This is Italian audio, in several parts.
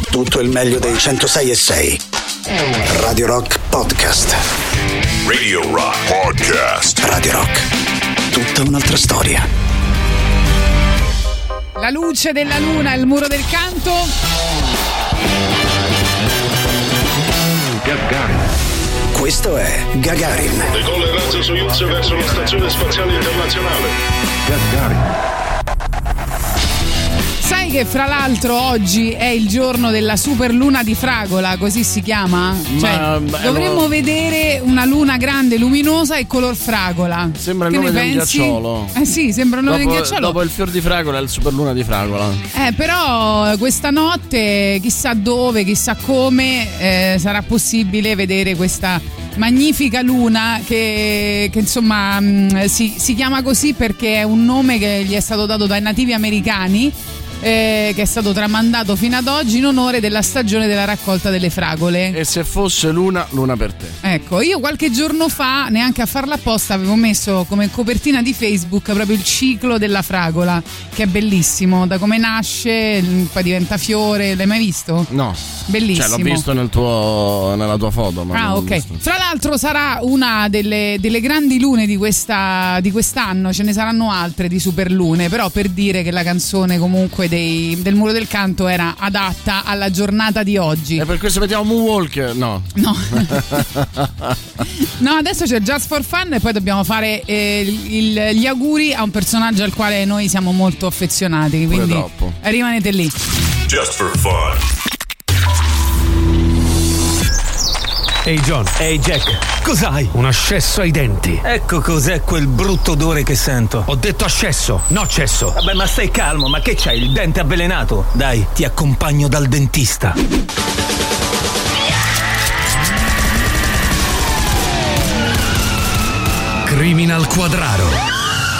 tutto il meglio dei 106.6. Radio Rock Podcast. Radio Rock Podcast. Radio Rock. Tutta un'altra storia. La luce della luna, il muro del canto. Gagarin. Questo è Gagarin. Decolla il razzo Soyuz verso la stazione spaziale internazionale. Gagarin. Sai che fra l'altro oggi è il giorno della super luna di Fragola, così si chiama? Cioè, dovremmo vedere una luna grande, luminosa e color fragola. Sembra il nome di un ghiacciolo. Sì, sembra il nome di un ghiacciolo. Dopo il fior di fragola è il super luna di Fragola. Però questa notte, chissà dove, chissà come, sarà possibile vedere questa magnifica luna che insomma si chiama così perché è un nome che gli è stato dato dai nativi americani, che è stato tramandato fino ad oggi in onore della stagione della raccolta delle fragole. E se fosse luna per te. Ecco, io qualche giorno fa, neanche a farla apposta, avevo messo come copertina di Facebook proprio il ciclo della fragola, che è bellissimo, da come nasce, poi diventa fiore. L'hai mai visto? No. Bellissimo. Cioè, l'ho visto nella tua foto. Ma ok. Fra l'altro sarà una delle grandi lune di quest'anno, ce ne saranno altre di superlune, però per dire che la canzone comunque del Muro del Canto era adatta alla giornata di oggi. E per questo mettiamo Moonwalker? No. No, adesso c'è Just for Fun e poi dobbiamo fare gli auguri a un personaggio al quale noi siamo molto affezionati, quindi rimanete lì. Just for Fun. Ehi John. Ehi Jack. Cos'hai? Un ascesso ai denti. Ecco cos'è quel brutto odore che sento. Ho detto ascesso, no cesso. Vabbè, ma stai calmo, ma che c'hai? Il dente avvelenato? Dai, ti accompagno dal dentista. Criminal Quadraro.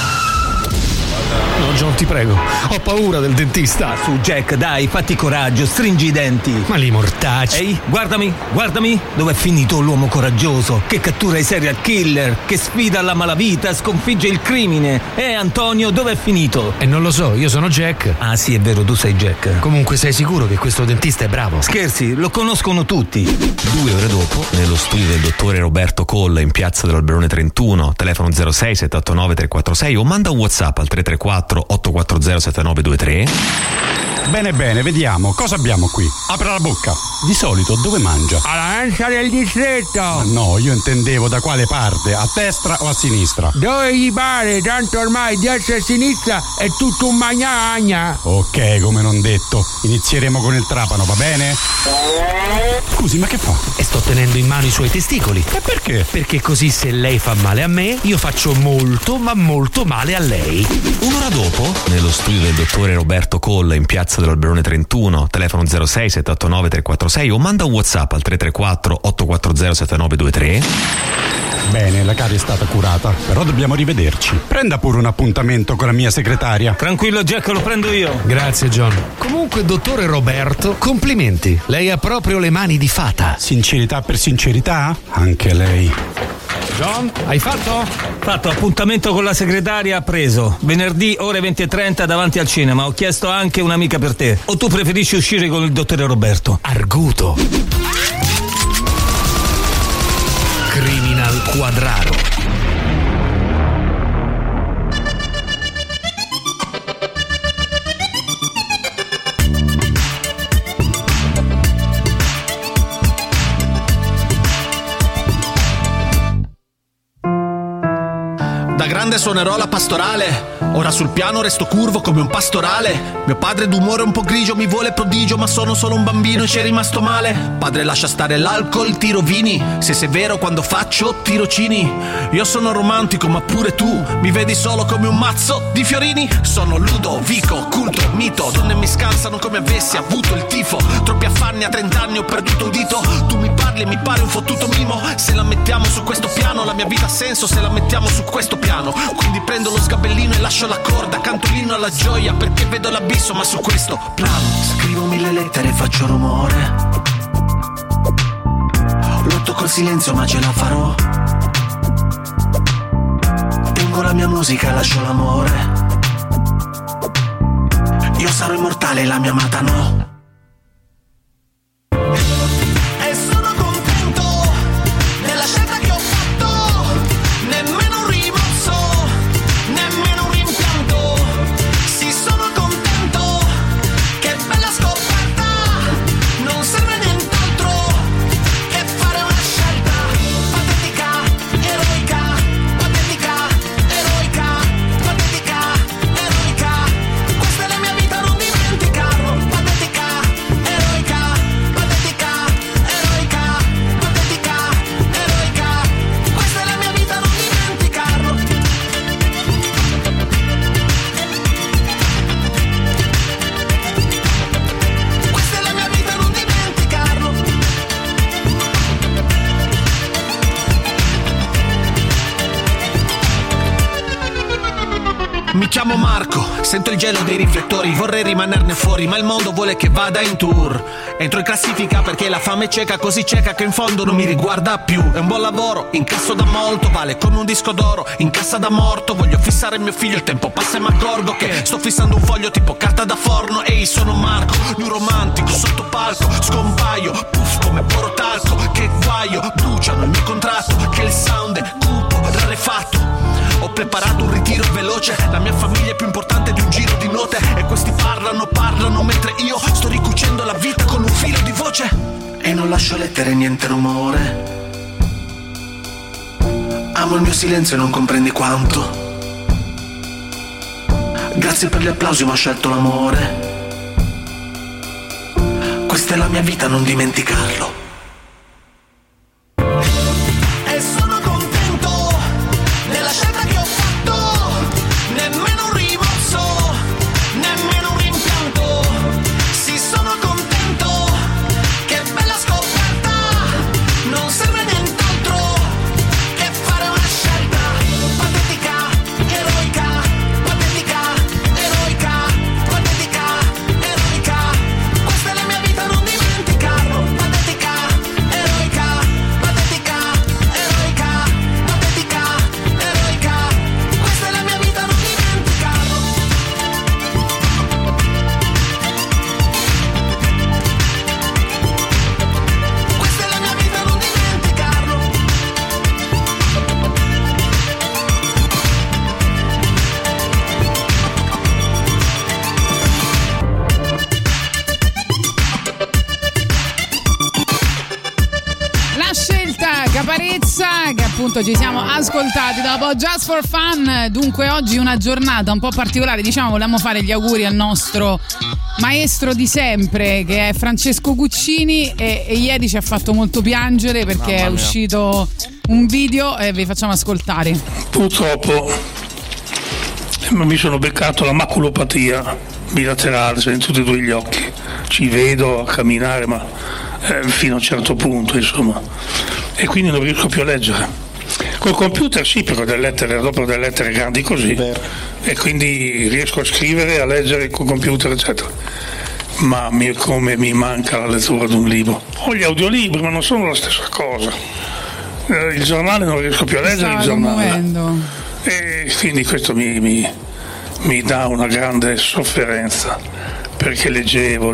No, John, ti prego. Ho paura del dentista. Su, Jack, dai, fatti coraggio, stringi i denti. Ma li mortacci. Ehi, guardami. Dov'è finito l'uomo coraggioso che cattura i serial killer, che sfida la malavita, sconfigge il crimine? Antonio, dov'è finito? Non lo so, io sono Jack. Ah, sì, è vero, tu sei Jack. Comunque, sei sicuro che questo dentista è bravo? Scherzi, lo conoscono tutti. 2 ore dopo, nello studio del dottore Roberto Colla in piazza dell'Alberone 31, telefono 06 789 346 o manda un WhatsApp al 334 840 7923. Bene, vediamo. Cosa abbiamo qui? Apra la bocca. Di solito dove mangia? All'ancia del distretto. No, io intendevo da quale parte, a destra o a sinistra? Dove gli pare, tanto ormai destra e sinistra è tutto un magna. Ok, come non detto. Inizieremo con il trapano, va bene? Scusi, ma che fa? E sto tenendo in mano i suoi testicoli. E perché? Perché così se lei fa male a me, io faccio molto, ma molto male a lei. 1 ora dopo, nello studio del dottore Roberto Colla in piazza dell'Alberone 31, telefono 06 789 346 o manda un WhatsApp al 334 840 7923. Bene, la carie è stata curata, però dobbiamo rivederci. Prenda pure un appuntamento con la mia segretaria. Tranquillo Jack, lo prendo io. Grazie John. Comunque, dottore Roberto, complimenti. Lei ha proprio le mani di fata. Sincerità per sincerità? Anche lei. John, hai fatto? Fatto, appuntamento con la segretaria preso. Venerdì ore 20:30 davanti al cinema. Ho chiesto anche un'amica per te. O tu preferisci uscire con il dottore Roberto? Arguto. Criminal Quadraro. Da grande suonerò la pastorale, ora sul piano resto curvo come un pastorale. Mio padre d'umore un po' grigio mi vuole prodigio, ma sono solo un bambino e ci è rimasto male. Padre lascia stare l'alcol, tiro vini, se sei vero quando faccio tirocini. Io sono romantico ma pure tu mi vedi solo come un mazzo di fiorini. Sono Ludovico, culto, mito, donne mi scansano come avessi avuto il tifo. Troppi affanni a 30 anni ho perduto un dito. Tu mi parli e mi pare un fottuto mimo. Se la mettiamo su questo piano la mia vita ha senso, se la mettiamo su questo piano. Quindi prendo lo sgabellino e lascio la corda, canto l'inno alla gioia perché vedo l'abisso, ma su questo piano scrivo 1000 lettere e faccio rumore. Lotto col silenzio ma ce la farò. Tengo la mia musica, lascio l'amore. Io sarò immortale, la mia amata no. chiamo Marco, sento il gelo dei riflettori, vorrei rimanerne fuori, ma il mondo vuole che vada in tour. Entro in classifica perché la fame è cieca, così cieca che in fondo non mi riguarda più. È un buon lavoro, incasso da molto, vale come un disco d'oro, in cassa da morto. Voglio fissare mio figlio, il tempo passa e mi accorgo che sto fissando un foglio tipo carta da forno. Ehi, sono Marco, un romantico sotto palco, scompaio, puff come porotalco. Che guaio, bruciano il mio contratto, che il sound è cupo, rarefatto. Ho preparato un ritiro veloce, la mia famiglia è più importante di un giro di note. E questi parlano mentre io sto ricucendo la vita con un filo di voce. E non lascio lettere, niente rumore. Amo il mio silenzio e non comprendi quanto. Grazie per gli applausi, ma ho scelto l'amore. Questa è la mia vita, non dimenticarlo. Che appunto ci siamo ascoltati dopo Just for Fun. Dunque oggi una giornata un po' particolare, diciamo, volevamo fare gli auguri al nostro maestro di sempre che è Francesco Guccini e ieri ci ha fatto molto piangere perché è uscito un video e vi facciamo ascoltare. Purtroppo mi sono beccato la maculopatia bilaterale, cioè in tutti e due gli occhi, ci vedo a camminare ma fino a un certo punto, insomma, e quindi non riesco più a leggere. Col computer sì, però dopo delle lettere grandi così, e quindi riesco a scrivere, a leggere col computer, eccetera. Ma come mi manca la lettura di un libro. Ho gli audiolibri, ma non sono la stessa cosa. Il giornale non riesco più a leggere il giornale. E quindi questo mi dà una grande sofferenza, perché leggevo.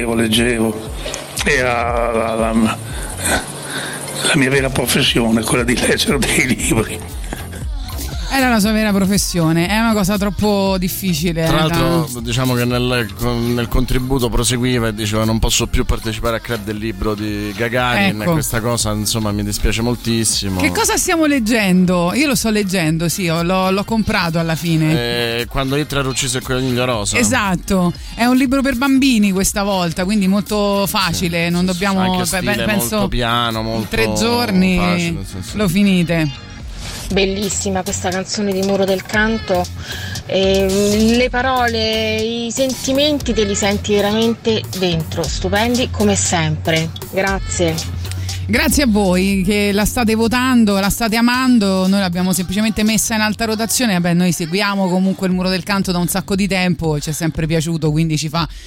Era la mia vera professione, quella di leggere dei libri. Era la sua vera professione, è una cosa troppo difficile. Tra l'altro diciamo che nel contributo proseguiva e diceva non posso più partecipare al club del libro di Gagarin, ecco. Questa cosa insomma mi dispiace moltissimo. Che cosa stiamo leggendo? Io lo sto leggendo, sì, l'ho comprato alla fine. Quando Hitler ha ucciso il coniglio rosa. Esatto, è un libro per bambini questa volta, quindi molto facile, non dobbiamo, anche stile penso molto piano, molto in 3 giorni facile, sì. Lo finite. Bellissima questa canzone di Muro del Canto, le parole, i sentimenti te li senti veramente dentro, stupendi come sempre, grazie. Grazie a voi che la state votando, la state amando, noi l'abbiamo semplicemente messa in alta rotazione. Vabbè, noi seguiamo comunque il Muro del Canto da un sacco di tempo, ci è sempre piaciuto, quindi ci fa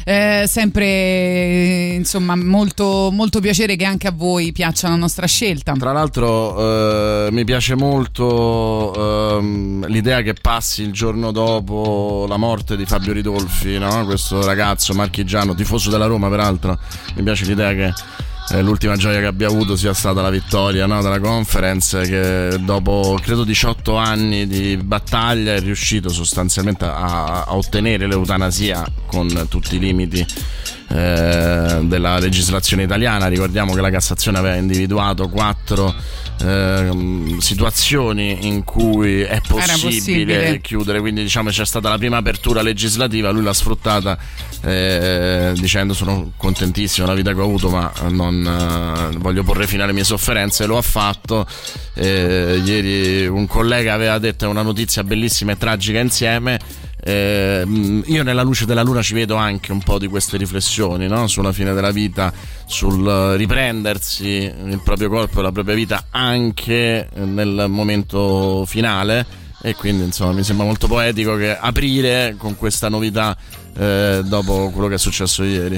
sempre insomma molto, molto piacere che anche a voi piaccia la nostra scelta. Tra l'altro mi piace molto l'idea che passi il giorno dopo la morte di Fabio Ridolfi, no? Questo ragazzo marchigiano, tifoso della Roma peraltro. Mi piace l'idea che l'ultima gioia che abbia avuto sia stata la vittoria, no, della Conference, che dopo credo 18 anni di battaglia è riuscito sostanzialmente a ottenere l'eutanasia con tutti i limiti della legislazione italiana. Ricordiamo che la Cassazione aveva individuato 4 situazioni in cui è possibile chiudere, quindi diciamo c'è stata la prima apertura legislativa, lui l'ha sfruttata dicendo sono contentissimo della vita che ho avuto ma non voglio porre fine alle mie sofferenze, lo ha fatto. Ieri un collega aveva detto una notizia bellissima e tragica insieme. Io nella luce della luna ci vedo anche un po' di queste riflessioni, no? Sulla fine della vita, sul riprendersi il proprio corpo e la propria vita anche nel momento finale. e quindi insomma mi sembra molto poetico che aprire con questa novità dopo quello che è successo ieri.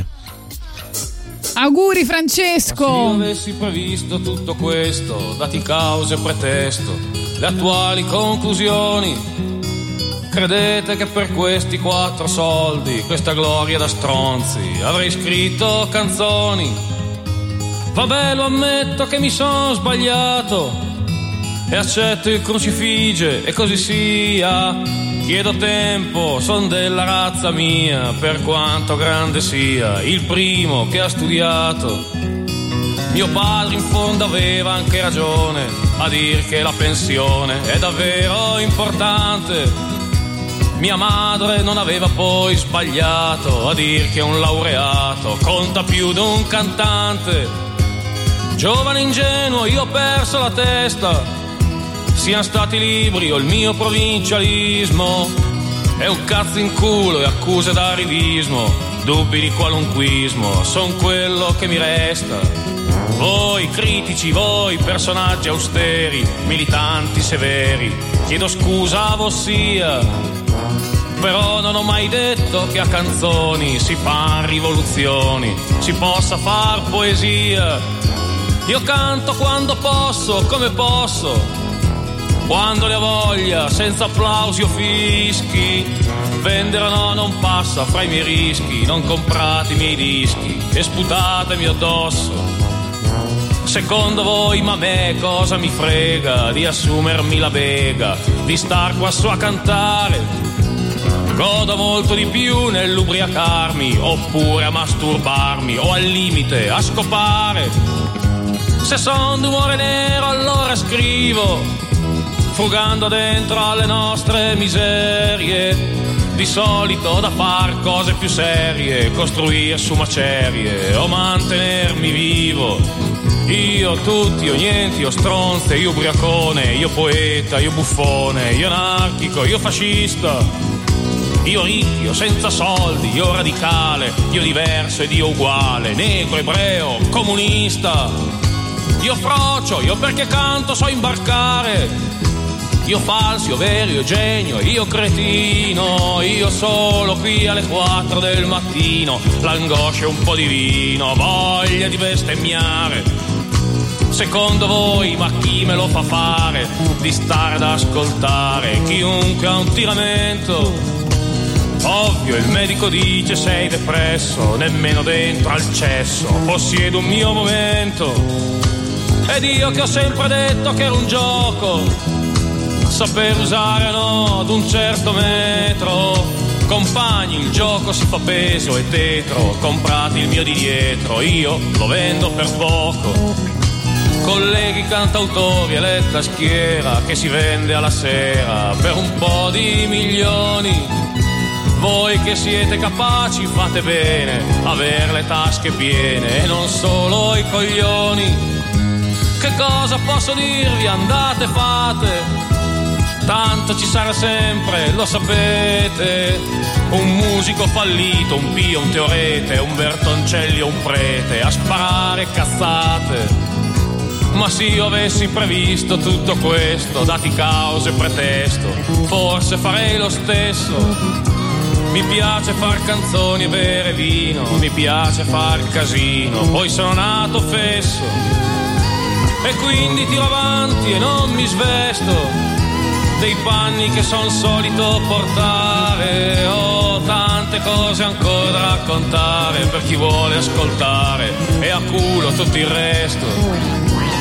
Auguri Francesco! Ma se io avessi previsto tutto questo, dati causa e pretesto, le attuali conclusioni, credete che per questi 4 soldi, questa gloria da stronzi, avrei scritto canzoni? Vabbè, lo ammetto che mi sono sbagliato e accetto il crucifige e così sia. Chiedo tempo, son della razza mia, per quanto grande sia, il primo che ha studiato. Mio padre in fondo aveva anche ragione a dir che la pensione è davvero importante. Mia madre non aveva poi sbagliato a dir che un laureato conta più di un cantante. Giovane ingenuo, io ho perso la testa. Siano stati libri o il mio provincialismo, è un cazzo in culo e accuse d'arrivismo, dubbi di qualunquismo, son quello che mi resta. Voi critici, voi personaggi austeri, militanti severi, chiedo scusa a vossia, però non ho mai detto che a canzoni si fan rivoluzioni, si possa far poesia. Io canto quando posso, come posso, quando ne ho voglia, senza applausi o fischi. Vendere o no non passa fra i miei rischi. Non comprate i miei dischi e sputatemi addosso. Secondo voi, ma a me cosa mi frega di assumermi la bega, di star qua su a cantare? Godo molto di più nell'ubriacarmi, oppure a masturbarmi, o al limite a scopare. Se son d'umore nero allora scrivo, frugando dentro alle nostre miserie, di solito da far cose più serie, costruire su macerie o mantenermi vivo. Io tutti, io niente, io stronzo, io ubriacone, io poeta, io buffone, io anarchico, io fascista, io ricco, io senza soldi, io radicale, io diverso ed io uguale, negro, ebreo, comunista, io frocio, io perché canto so imbarcare, io falso, io vero, io genio, io cretino, io solo qui alle 4 del mattino, l'angoscia e un po' di vino, voglia di bestemmiare. Secondo voi, ma chi me lo fa fare di stare ad ascoltare chiunque ha un tiramento? Ovvio, il medico dice sei depresso, nemmeno dentro al cesso possiedo un mio momento. Ed io che ho sempre detto che era un gioco, saper usare o no ad un certo metro. Compagni, il gioco si fa peso e tetro, comprate il mio di dietro, io lo vendo per poco. Colleghi cantautori, eletta schiera che si vende alla sera per un po' di milioni. Voi che siete capaci fate bene, aver le tasche piene e non solo i coglioni. Che cosa posso dirvi? Andate, fate, tanto ci sarà sempre, lo sapete, un musico fallito, un pio, un teorete, un Bertoncelli o un prete a sparare cazzate. Ma se io avessi previsto tutto questo, dati cause e pretesto, forse farei lo stesso. Mi piace far canzoni e bere vino, mi piace far casino, poi sono nato fesso e quindi tiro avanti e non mi svesto dei panni che son solito portare. Ho tante cose ancora da raccontare per chi vuole ascoltare e a culo tutto il resto.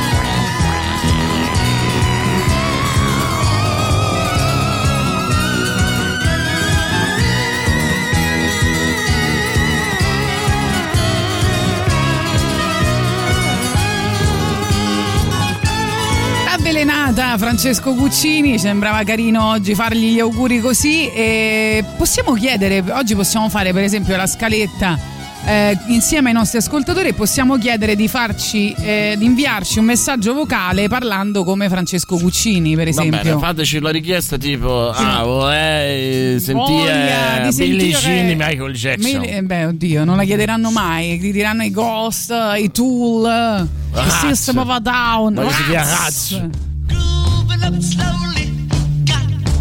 Avvelenata Francesco Guccini, sembrava carino oggi fargli gli auguri così. E possiamo chiedere, oggi possiamo fare per esempio la scaletta insieme ai nostri ascoltatori, possiamo chiedere di farci di inviarci un messaggio vocale parlando come Francesco Guccini, per esempio. Va bene, fateci la richiesta tipo vorrei sentire Billie Jean di Michael Jackson. Beh, oddio, non la chiederanno mai, ti diranno i Ghost, i Tool, il System of a Down. Ma si chiama Hats.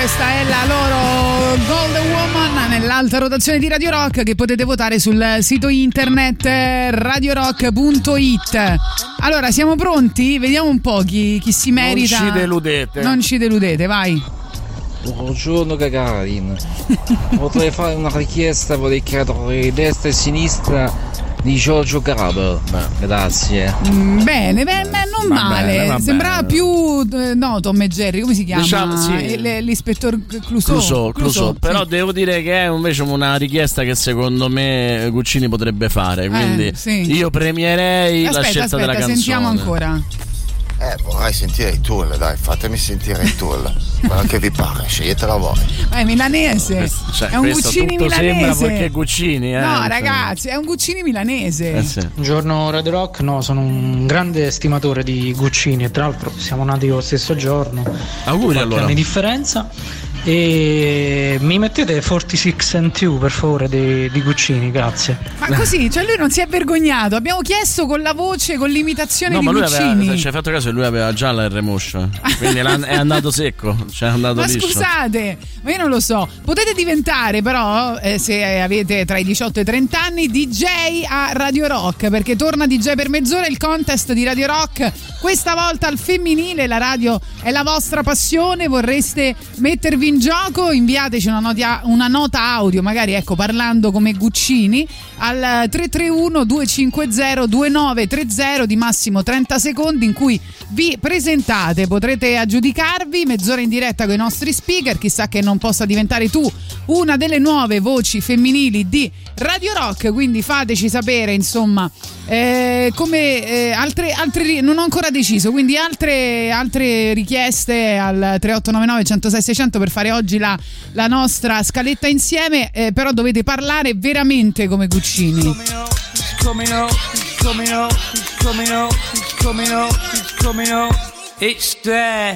questa è la loro Golden Woman nell'alta rotazione di Radio Rock, che potete votare sul sito internet radiorock.it. Allora, siamo pronti? Vediamo un po' chi si merita. Non ci deludete. Non ci deludete, vai. Buongiorno Gagarin. Potrei fare una richiesta, vorrei chiedere destra e sinistra di Giorgio Gaber. Grazie. Bene, non male. va Sembrava bene. più Tom e Jerry, come si chiama? Diciamo, sì. L'ispettor Clouseau. Però devo dire che è invece una richiesta che secondo me Guccini potrebbe fare, quindi sì. Io premierei la scelta della canzone. Sentiamo ancora. Vorrei sentire i Tool, dai, fatemi sentire i Tool. Quello che vi pare, sceglietela voi. È milanese. È un Guccini tutto milanese. Sembra perché Guccini, No, ragazzi, è un Guccini milanese. Sì. Buongiorno Radio Rock, no, sono un grande stimatore di Guccini e tra l'altro siamo nati lo stesso giorno. Auguri allora. Anni di differenza. E mi mettete 46 and 2 per favore di Guccini, grazie. Ma così, cioè lui non si è vergognato. Abbiamo chiesto con la voce, con l'imitazione di Ci Guccini. hai fatto caso che lui aveva già la R-Motion, quindi è andato secco, cioè è andato ma liscio. scusate, ma io non lo so. Potete diventare però, se avete tra i 18 e i 30 anni, DJ a Radio Rock, perché torna DJ per mezz'ora, il contest di Radio Rock, questa volta al femminile. La radio è la vostra passione, vorreste mettervi in gioco? Inviateci una nota audio, magari parlando come Guccini, al 331 250 2930 di massimo 30 secondi, in cui vi presentate. Potrete aggiudicarvi mezz'ora in diretta con i nostri speaker. Chissà che non possa diventare tu una delle nuove voci femminili di Radio Rock, quindi fateci sapere, insomma, come altre non ho ancora deciso, quindi altre richieste al 3899 106 600 per fare oggi la nostra scaletta insieme, però dovete parlare veramente come Guccini. It's there.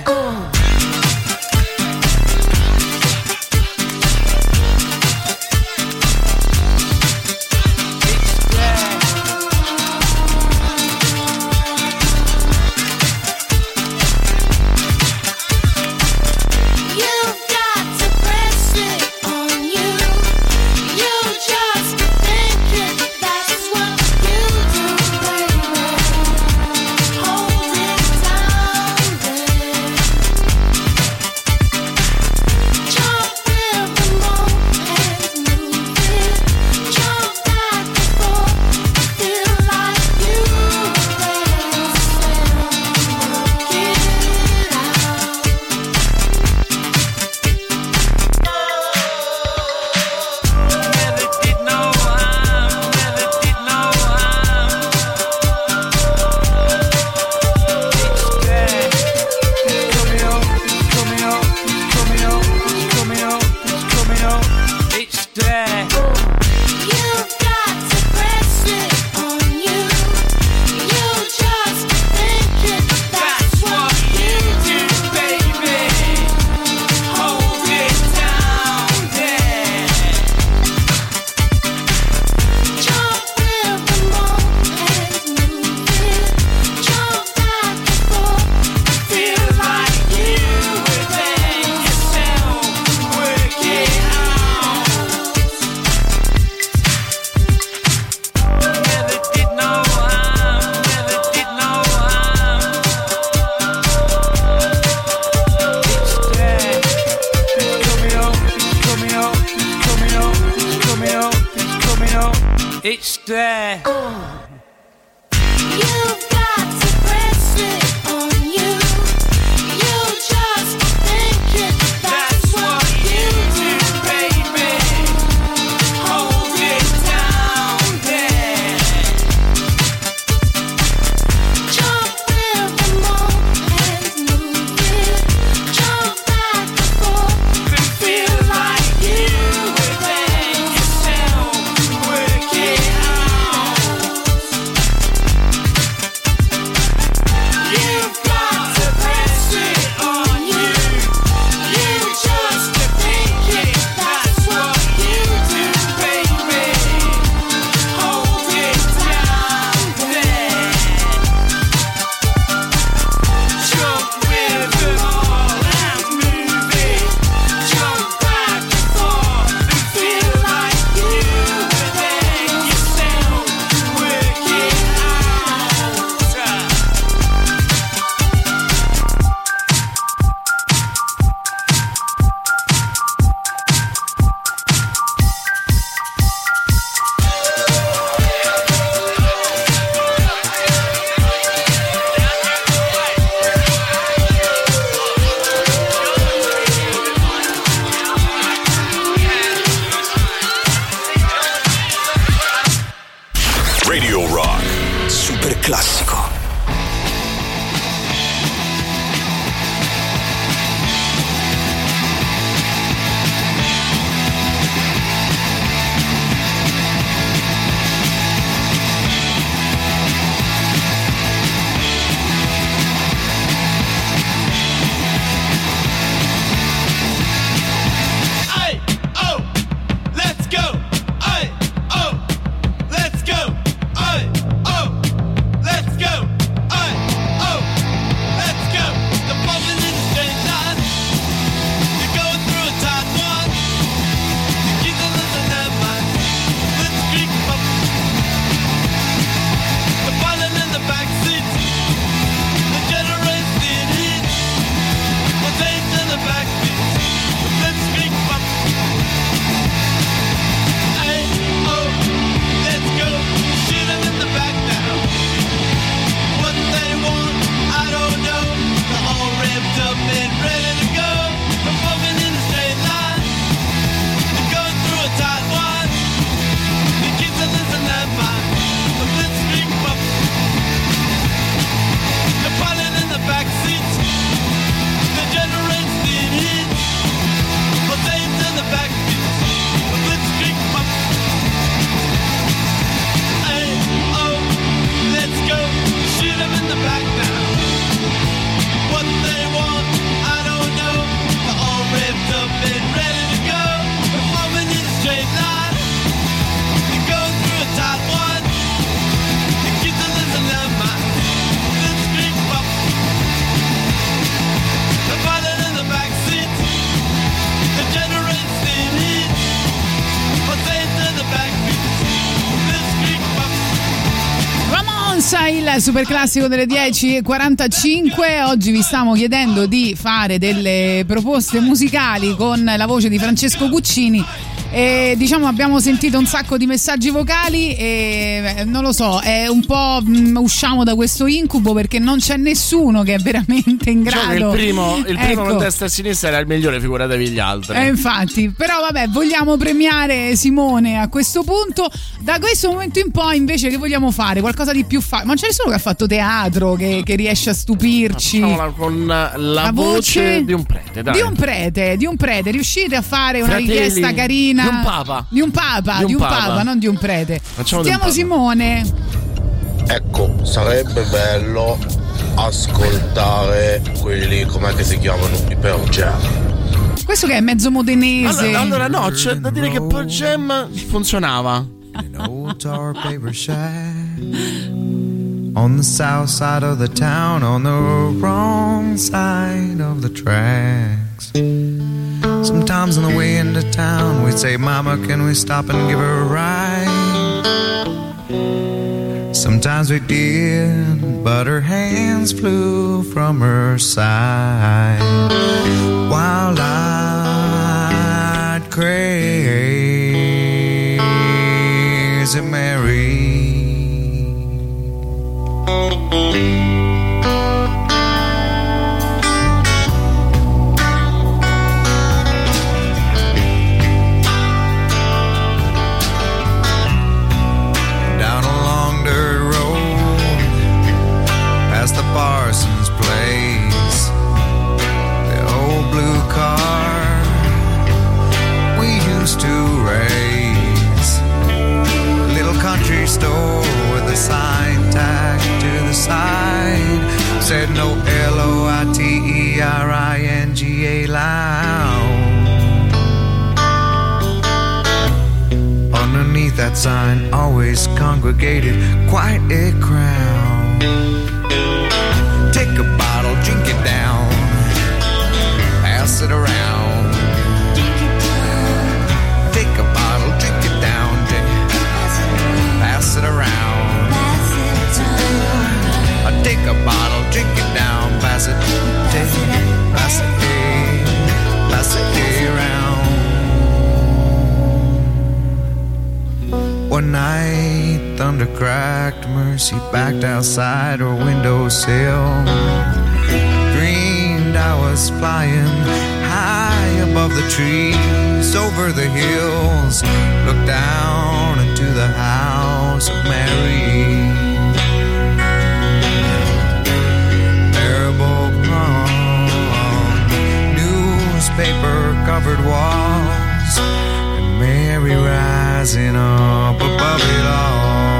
It's there. You've got to press it on you. You just think it. That's what you do, baby. Hold it down there. Jump with the moment and move it. Jump back and forth. Feel like you were there yourself. Work it out. il super classico delle 10:45. Oggi vi stiamo chiedendo di fare delle proposte musicali con la voce di Francesco Guccini. E diciamo abbiamo sentito un sacco di messaggi vocali e non lo so, è un po' usciamo da questo incubo perché non c'è nessuno che è veramente in grado. Cioè, il primo Ecco. con destra e sinistra era il migliore, figuratevi gli altri. Infatti, però vabbè, vogliamo premiare Simone a questo punto. Da questo momento in poi invece che vogliamo fare? Qualcosa di più facile. Ma c'è nessuno che ha fatto teatro che riesce a stupirci? Facciamola con la voce di un prete, dai. Di un prete. Riuscite a fare una Fratelli, richiesta carina? di un papa. Di un papa, non di un prete. Facciamo di un Sentiamo papa. Simone. Ecco, sarebbe bello ascoltare quelli, com'è che si chiamano, i Pearl Jam. Questo che è mezzo modenese. Allora no, c'è da dire che Pearl Jam funzionava. Old tar paper shack on the south side of the town, on the wrong side of the tracks. Sometimes on the way into town we'd say, Mama, can we stop and give her a ride? Sometimes we did, but her hands flew from her side while I'd crazy Mary. Down a long dirt road, past the Parsons place, the old blue car we used to race, little country store with a sign tacked to the side, said no Loiteringa lounge. Underneath that sign always congregated quite a crowd. Take a bottle, drink it down, pass it around. Take a bottle, drink it down, pass it around. Take a bottle, drink it down, pass it around. One night, thunder cracked, Mercy backed outside her windowsill. Dreamed I was flying high above the trees, over the hills, looked down into the house of Mary. Marble prom, newspaper covered walls, and Mary rising up above it all.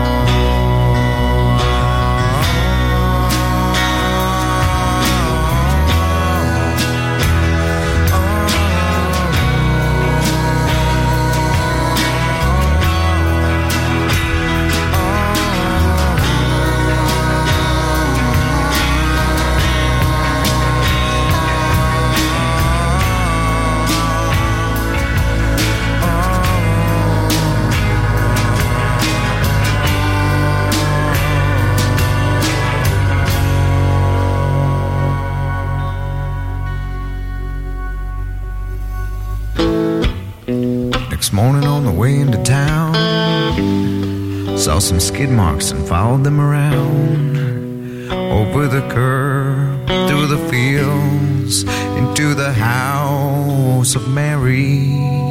Next morning on the way into town, saw some skid marks and followed them around, over the curb, through the fields, into the house of Mary.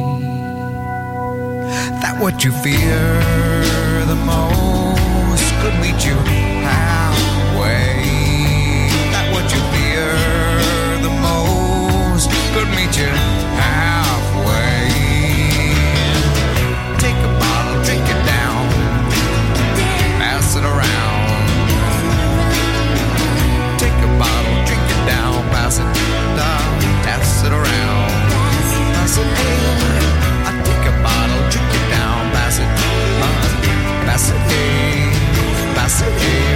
That what you fear the most could meet you halfway. That what you fear the most could meet you halfway. Take a bottle, drink it down, pass it around. Take a bottle, drink it down, pass it down, pass it around. Pass it in. I take a bottle, drink it down, pass it in, pass it in.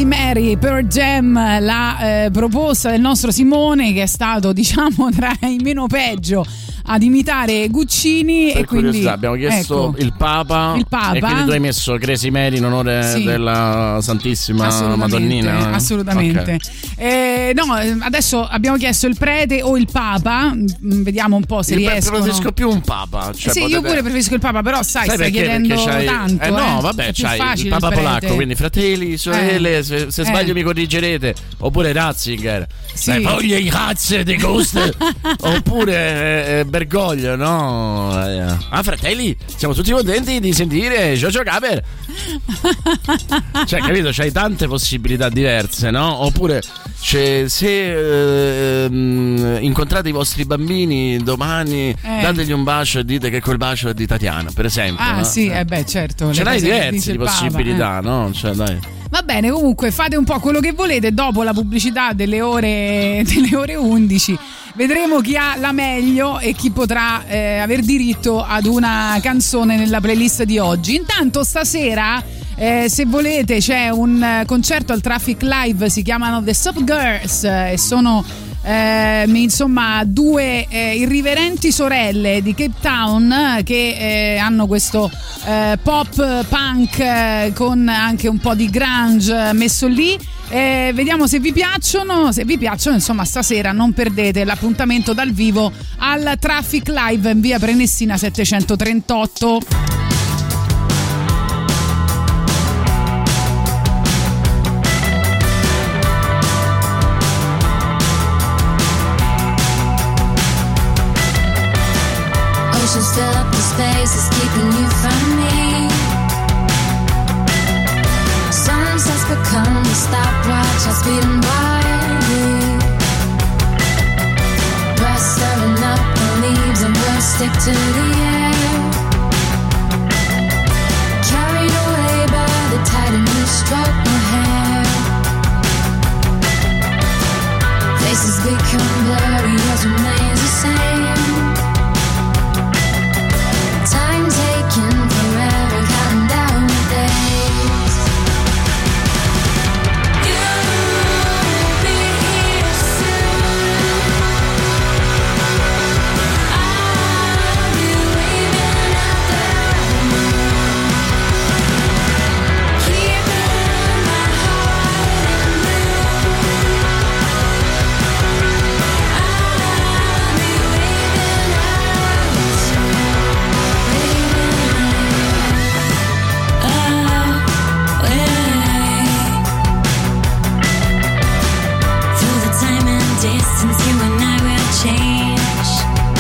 Crazy Mary per Jam, la proposta del nostro Simone, che è stato, diciamo, tra i meno peggio ad imitare Guccini. Per e quindi curiosità, abbiamo chiesto ecco, il Papa, e quindi tu hai messo Crazy Mary in onore della Santissima Madonnina. Assolutamente. Okay. No, adesso abbiamo chiesto il prete o il Papa, vediamo un po' se riescono. Preferisco più un Papa, cioè sì, io pure preferisco il Papa, però stai perché? chiedendo Perché tanto. No, vabbè, è più c'hai facile il Papa prete. polacco, quindi fratelli, sorelle, se sbaglio mi corrigerete. Oppure Ratzinger, sì. Voglia i cazzo di Ghost. Oppure Bergoglio, no? Fratelli, siamo tutti contenti di sentire Jojo Gaber. Cioè, capito? C'hai tante possibilità diverse, no? Oppure se incontrate i vostri bambini domani, dategli un bacio e dite che quel bacio è di Tatiana, per esempio. Ah, no? sì, beh, certo. Ce n'hai diverse di possibilità, no? Cioè, dai. Va bene, comunque fate un po' quello che volete. Dopo la pubblicità delle ore 11 vedremo chi ha la meglio e chi potrà aver diritto ad una canzone nella playlist di oggi. Intanto stasera, se volete, c'è un concerto al Traffic Live, si chiamano The Soap Girls e sono insomma due irriverenti sorelle di Cape Town che hanno questo pop punk con anche un po' di grunge messo lì. Vediamo se vi piacciono, insomma stasera non perdete l'appuntamento dal vivo al Traffic Live in via Prenestina 738. Oceans fill up the spaces keeping you from me. Sunsets become the stopwatch, I'm speeding wildly. Breath stirring up the leaves and words stick to the air. Carried away by the tide and you stroke my hair. Faces become blurry, yours remains the same. Time taken forever, counting down the days. You'll be here soon. I'll be waving at the moon, keeping my heart in bloom. I'll be waving at the moon. Distance, you and I will change.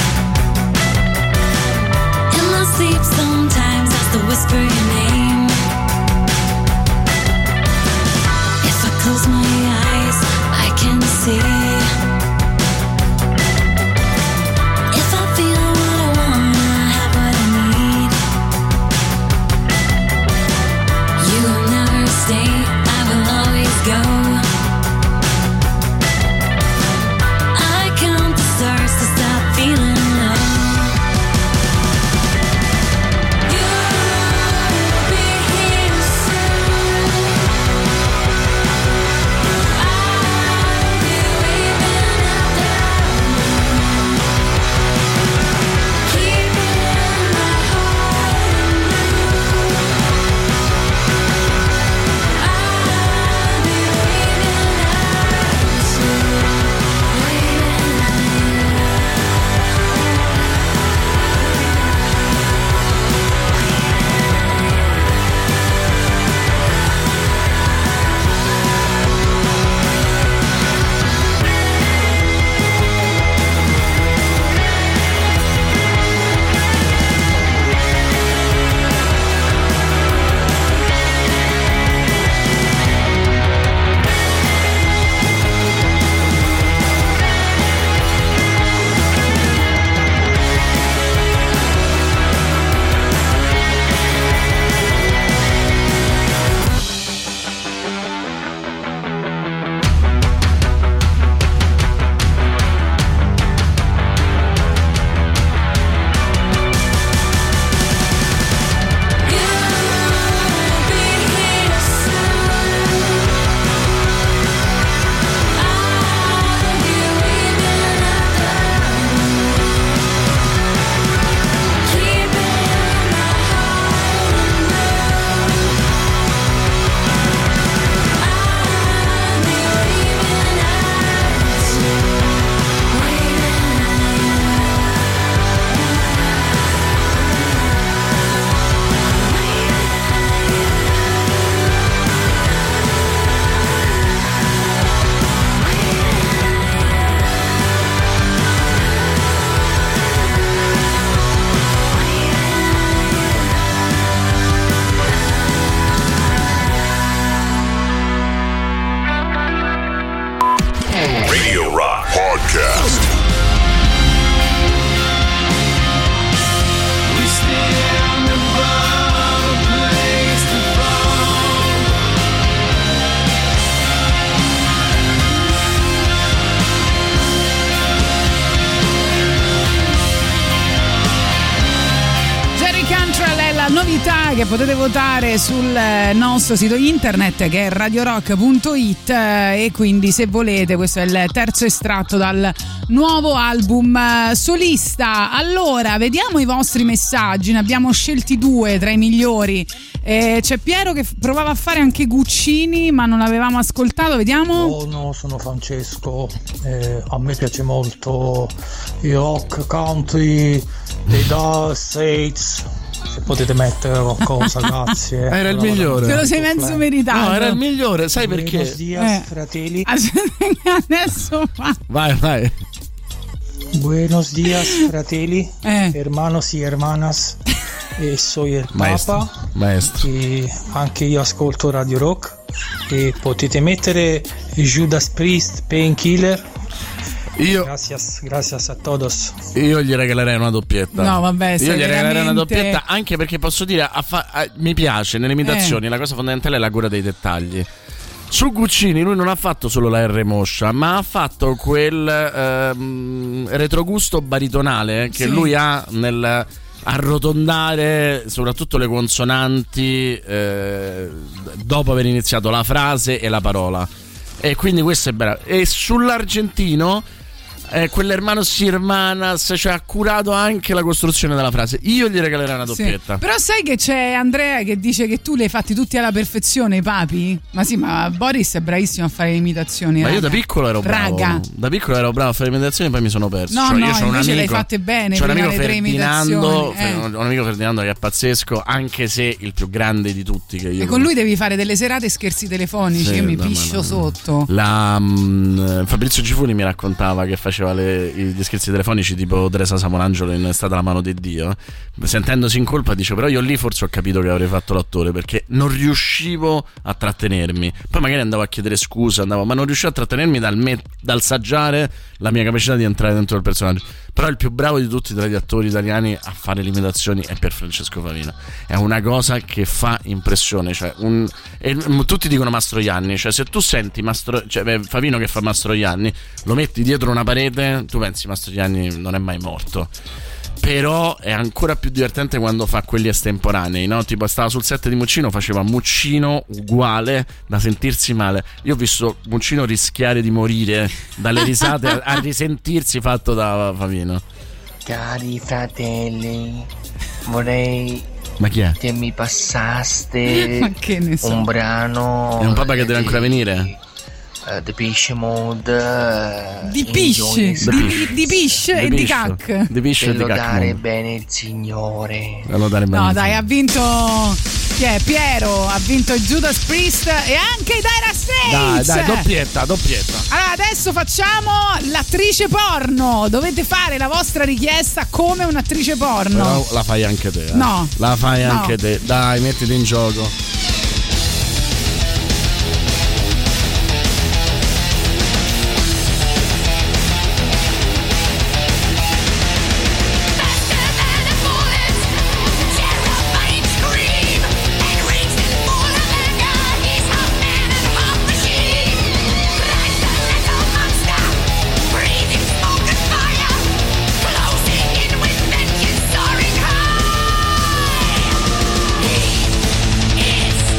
In my sleep sometimes I still whisper your name. If I close my eyes, I can see. If I feel what I want, I have what I need. You will never stay, I will always go. Stars to stop feeling low. You'll be here soon. novità che potete votare sul nostro sito internet che è radiorock.it, e quindi se volete questo è il terzo estratto dal nuovo album solista. Allora vediamo i vostri messaggi, ne abbiamo scelti 2 tra i migliori. C'è Piero che provava a fare anche Guccini ma non l'avevamo ascoltato, vediamo. No, sono Francesco, a me piace molto il rock country dei Dire Straits. Se potete mettere qualcosa, grazie. Era il migliore. Te lo sei mezzo meritato. No, era il migliore, sai perché? Buenos dias, fratelli. Adesso Vai. Buenos dias, fratelli, hermanos y hermanas. E soy il Papa. Maestro. E anche io ascolto Radio Rock. E potete mettere Judas Priest, Painkiller. Gracias a todos. Io gli regalerei una doppietta. No, vabbè, io gli regalerei una doppietta, anche perché posso dire mi piace nelle imitazioni la cosa fondamentale è la cura dei dettagli. Su Guccini lui non ha fatto solo la R moscia, ma ha fatto quel retrogusto baritonale che lui ha nel arrotondare soprattutto le consonanti dopo aver iniziato la frase e la parola, e quindi questo è bello. E sull'argentino quell'hermanos y hermanas, cioè ha curato anche la costruzione della frase. Io gli regalerei una doppietta. Però sai che c'è Andrea che dice che tu li hai fatti tutti alla perfezione, i papi? Ma sì, ma Boris è bravissimo a fare le imitazioni. Ma io da piccolo ero bravo. Da piccolo ero bravo a fare le imitazioni, poi mi sono perso. No, cioè, no, io c'ho un invece amico, le hai fatte bene. c'ho un amico Ferdinando, un amico Ferdinando che è pazzesco, anche se il più grande di tutti che io. E con lui devi fare delle serate scherzi telefonici, sì, io mi piscio sotto. Fabrizio Gifuni mi raccontava che faceva gli scherzi telefonici tipo Teresa Samolangelo in È stata la mano di Dio, sentendosi in colpa dice però io lì forse ho capito che avrei fatto l'attore, perché non riuscivo a trattenermi, poi magari andavo a chiedere scusa, ma non riuscivo a trattenermi dal saggiare la mia capacità di entrare dentro il personaggio. Però il più bravo di tutti tra gli attori italiani a fare le imitazioni è Pierfrancesco Favino. È una cosa che fa impressione, cioè tutti dicono Mastroianni, cioè se tu senti Favino che fa Mastroianni, lo metti dietro una parete, tu pensi Mastroianni non è mai morto. Però è ancora più divertente quando fa quelli estemporanei, no? Tipo stava sul set di Muccino, faceva Muccino uguale da sentirsi male. Io ho visto Muccino rischiare di morire dalle risate a risentirsi fatto da Favino. Cari fratelli, vorrei Ma chi è? che mi passaste Ma che ne so. un brano. È un papà che deve ancora venire? Depeche Mode di Pisce di Pisce e di Cac di Pisce e di Cac. lodare bene il Signore. No dai, ha vinto chi è? Piero, ha vinto Judas Priest e anche i Dire Straits. Dai, doppietta. Allora adesso facciamo l'attrice porno. Dovete fare la vostra richiesta come un'attrice porno. Però la fai anche te, No. La fai anche te. Dai, mettiti in gioco. It's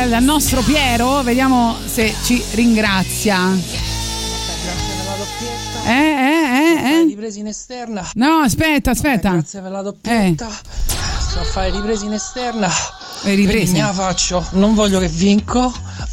dal nostro Piero, vediamo se ci ringrazia. Grazie per la doppietta. Ripresi in esterna. No, aspetta. Grazie per la doppietta. Sto a fare ripresi in esterna. Riprese? Ne la faccio. Non voglio che vinco.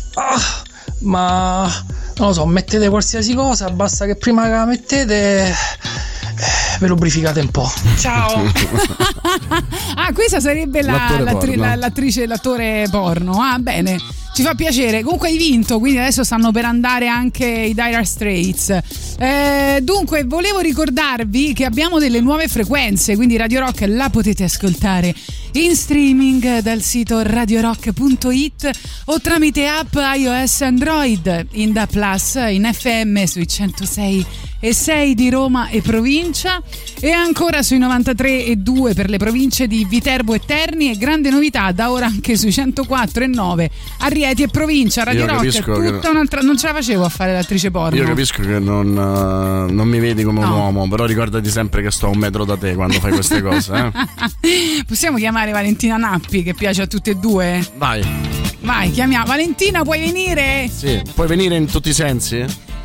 Ma non lo so, mettete qualsiasi cosa, basta che prima che la mettete ve lubrificate un po'. Ciao. Questa sarebbe l'attrice, l'attore porno. Bene, ci fa piacere. Comunque hai vinto, quindi adesso stanno per andare anche i Dire Straits. Dunque volevo ricordarvi che abbiamo delle nuove frequenze, quindi Radio Rock la potete ascoltare in streaming dal sito radiorock.it o tramite app iOS Android, in DA+, in FM sui 106.6 di Roma e provincia, e ancora sui 93.2 per le province di Viterbo e Terni, e grande novità da ora anche sui 104.9 a Rieti e provincia. Radio Rock è tutta un'altra. Non ce la facevo a fare l'attrice porno. Io capisco che non mi vedi come un uomo, però ricordati sempre che sto a 1 metro da te quando fai queste cose. Possiamo chiamare Valentina Nappi, che piace a tutte e due? Vai, chiamiamo. Valentina, puoi venire? Sì, puoi venire in tutti i sensi?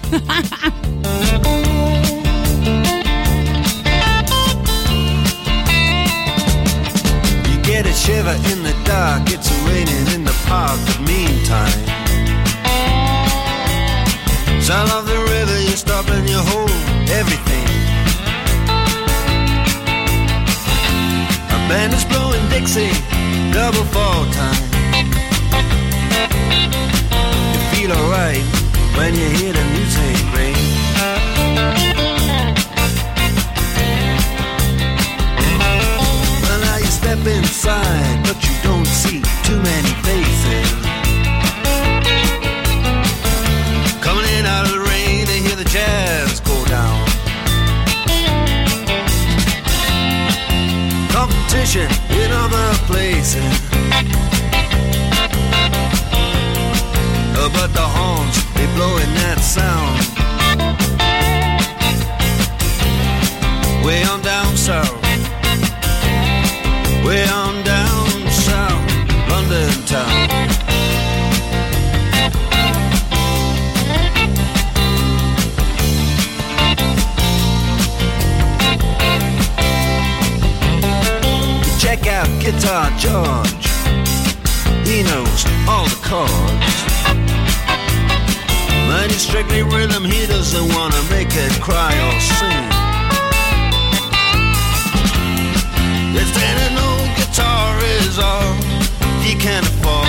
Get a shiver in the dark, it's raining in the park, but meantime sound of the river, you stop and you hold everything. A band is blowing Dixie, double fall time. You feel alright when you hear the music ring. Step inside, but you don't see too many faces. Coming in out of the rain to hear the jazz go down. Competition in other places, but the horns, they blowing that sound. Way on down south, way on down south, London town. Check out Guitar George, he knows all the chords. But he's strictly rhythm, he doesn't wanna make it cry or sing. If an old guitar is all he can afford,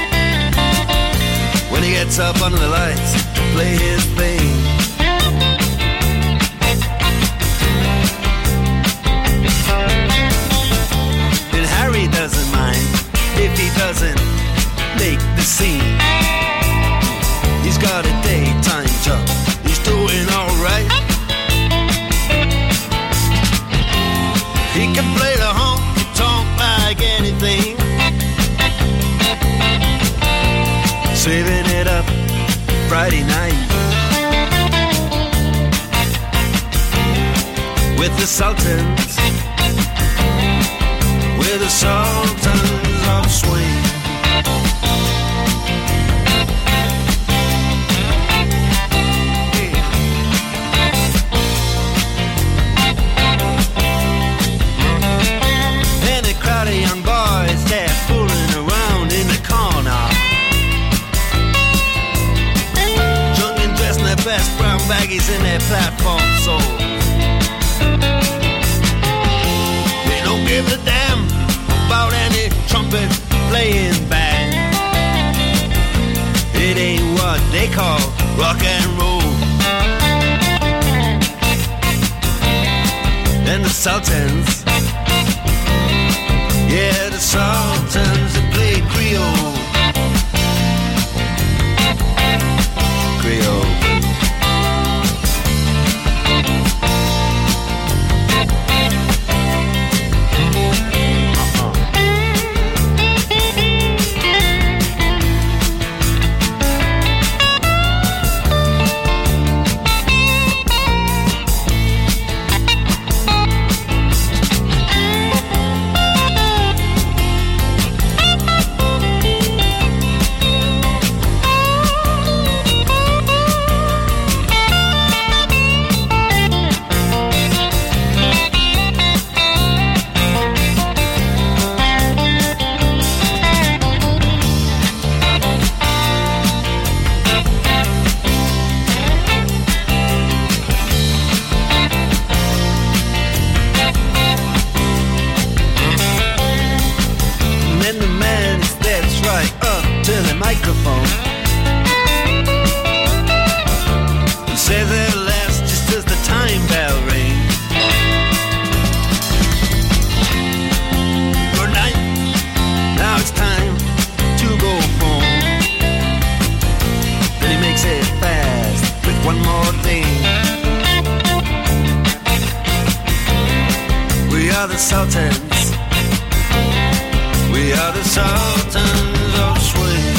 when he gets up under the lights to play his thing, and Harry doesn't mind if he doesn't make the scene. He's got a daytime job, he's doing alright. He can play the honky-tonk like anything, saving it up Friday night with the Sultans, with the Sultans of Swing. Young boys, they're fooling around in the corner, drunk and dressed in their best brown baggies in their platform soles. They don't give a damn about any trumpet playing band. It ain't what they call rock and roll. And the Sultans, yeah, the Sultans that play Creole. Creole. wrong. Say their last just as the time bell rings. Good night, now it's time to go home. Then he makes it fast with one more thing. We are the Sultans. We are the Sultans of Swing.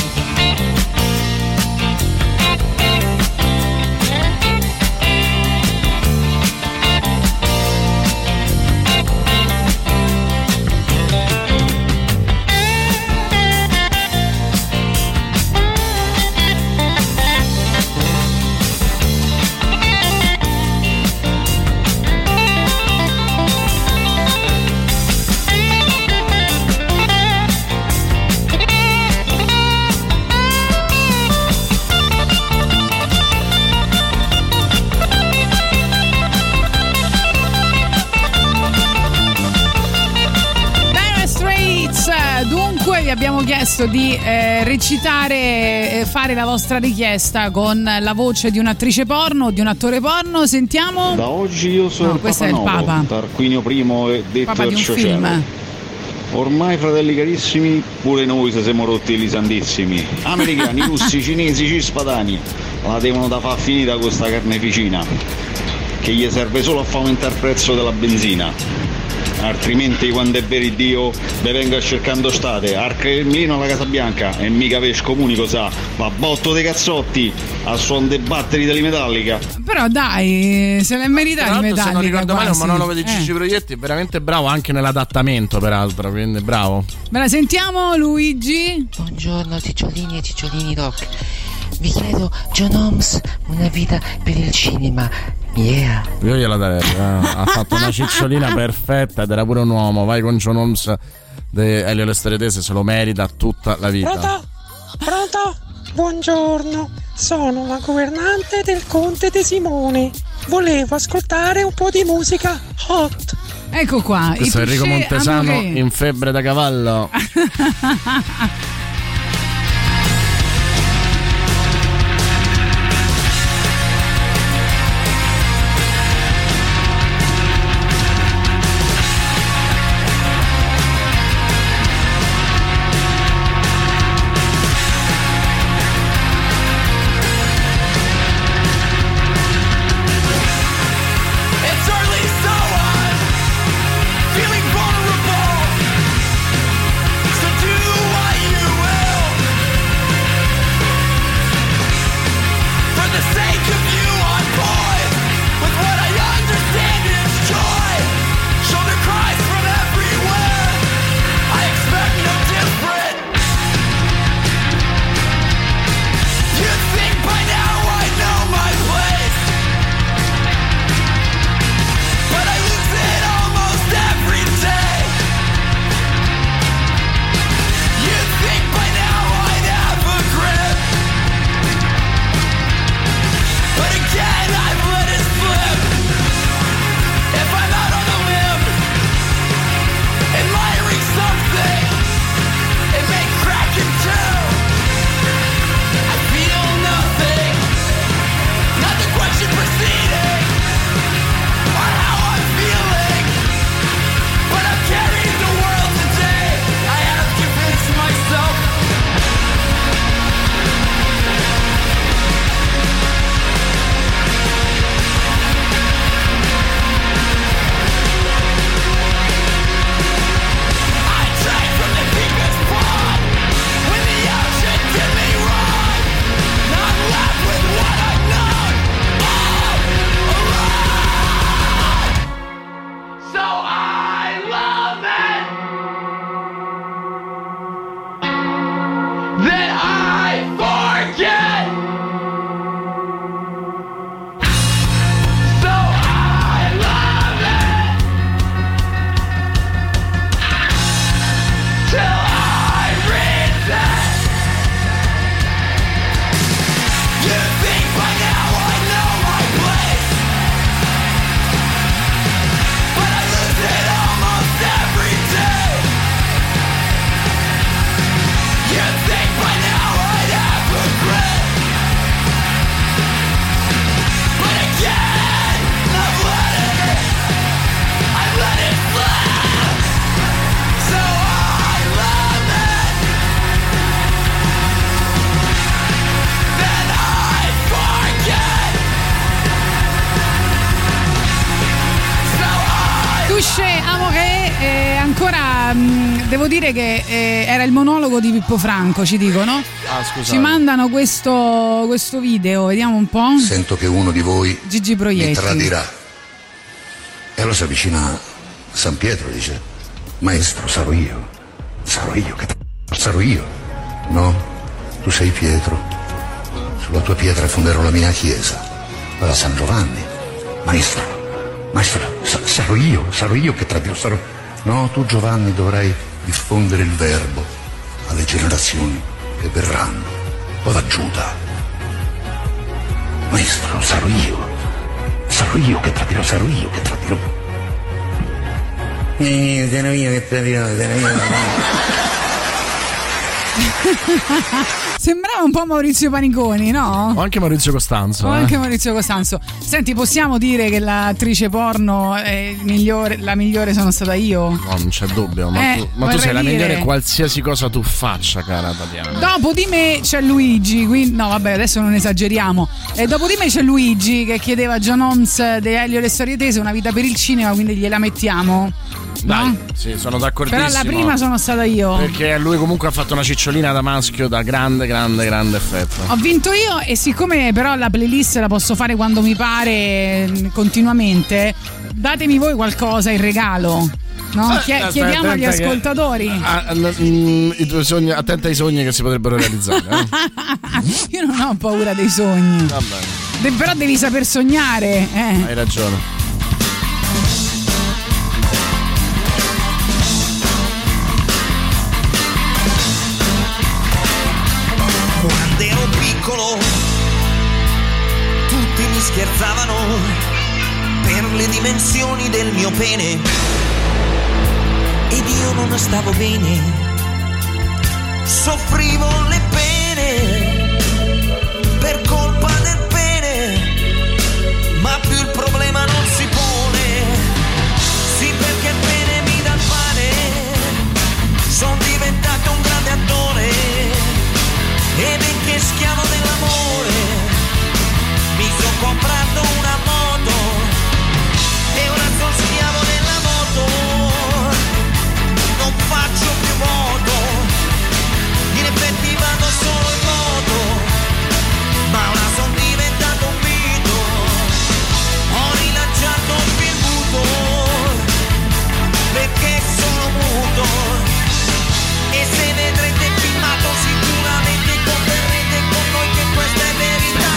Vi abbiamo chiesto di recitare, fare la vostra richiesta con la voce di un'attrice porno o di un attore porno. Sentiamo. Da oggi io sono il questo Papa è il Novo, Papa. Tarquinio I e detto Papa di un film. Cielo. Ormai, fratelli carissimi, pure noi se siamo rotti gli santissimi. Americani, russi, cinesi, cispadani, la devono da far finita questa carneficina, che gli serve solo a fare aumentare il prezzo della benzina. Altrimenti, quando è vero Dio, ve venga cercando state al Cremlino alla Casa Bianca e mica per scomunico sa, ma botto dei cazzotti a suon dei batteri della Metallica. Però dai, se l'è meritati Metallica. Se non ricordo male, è un quasi. monologo di Gigi Proietti, è veramente bravo anche nell'adattamento, peraltro, quindi bravo. Me la sentiamo, Luigi? Buongiorno Cicciolini e Cicciolini Rock. Vi chiedo John Holmes, una vita per il cinema. Yeah. Io gliela darei, ha fatto una cicciolina perfetta ed era pure un uomo. Vai con John Holmes di Elio Lesteretese, se lo merita tutta la vita. Pronto? Pronto? Buongiorno, sono la governante del Conte De Simone. Volevo ascoltare un po' di musica hot. Ecco qua. Questo è Enrico Montesano in febbre da cavallo. It's early, so I'm feeling vulnerable. So do what you devo dire che era il monologo di Pippo Franco, ci dicono. Scusate. Ci mandano questo video, vediamo un po'. Sento che uno di voi Gigi mi Proietti. tradirà. E allora si avvicina a San Pietro e dice: maestro, sarò io che sarò io. No, tu sei Pietro, sulla tua pietra fonderò la mia chiesa. Allora San Giovanni: maestro, sarò io che tradirò, sarò. No, tu Giovanni dovrai diffondere il verbo alle generazioni che verranno. O da Giuda: maestro, sarò io che tradirò. Sono io che tradirò. Sembrava un po' Maurizio Paniconi, no? O anche Maurizio Costanzo. O anche Maurizio Costanzo. Senti, possiamo dire che l'attrice porno è la migliore sono stata io? No, non c'è dubbio, ma tu sei la migliore qualsiasi cosa tu faccia, cara Tatiana. Dopo di me c'è Luigi, quindi no vabbè, adesso non esageriamo. E dopo di me c'è Luigi che chiedeva a John Holmes di Elio e le storie tese, Una vita per il cinema, quindi gliela mettiamo. Dai, no? Sì, sono d'accordissimo. Però la prima sono stata io. Perché lui comunque ha fatto una cicciolina da maschio da grande effetto. Ho vinto io e siccome però la playlist la posso fare quando mi pare continuamente, datemi voi qualcosa in regalo. No? Chiediamo agli ascoltatori. I tuoi sogni, attenta ai sogni che si potrebbero realizzare. Io non ho paura dei sogni. Vabbè. Però devi saper sognare. Hai ragione. Quando ero piccolo tutti mi scherzavano per le dimensioni del mio pene ed io non stavo bene, soffrivo le pene per colpa del pene, ma più il problema non si pone, sì perché il pene mi dà il pane, sono diventato un grande attore e benché schiavo dell'amore mi sono comprato una moto e ora sono schiavo della moto, non faccio più moto, in effetti vado solo in moto, ma ora sono diventato un mito, ho rilanciato il filmuto perché sono muto e se vedrete filmato sicuramente converrete con noi che questa è verità.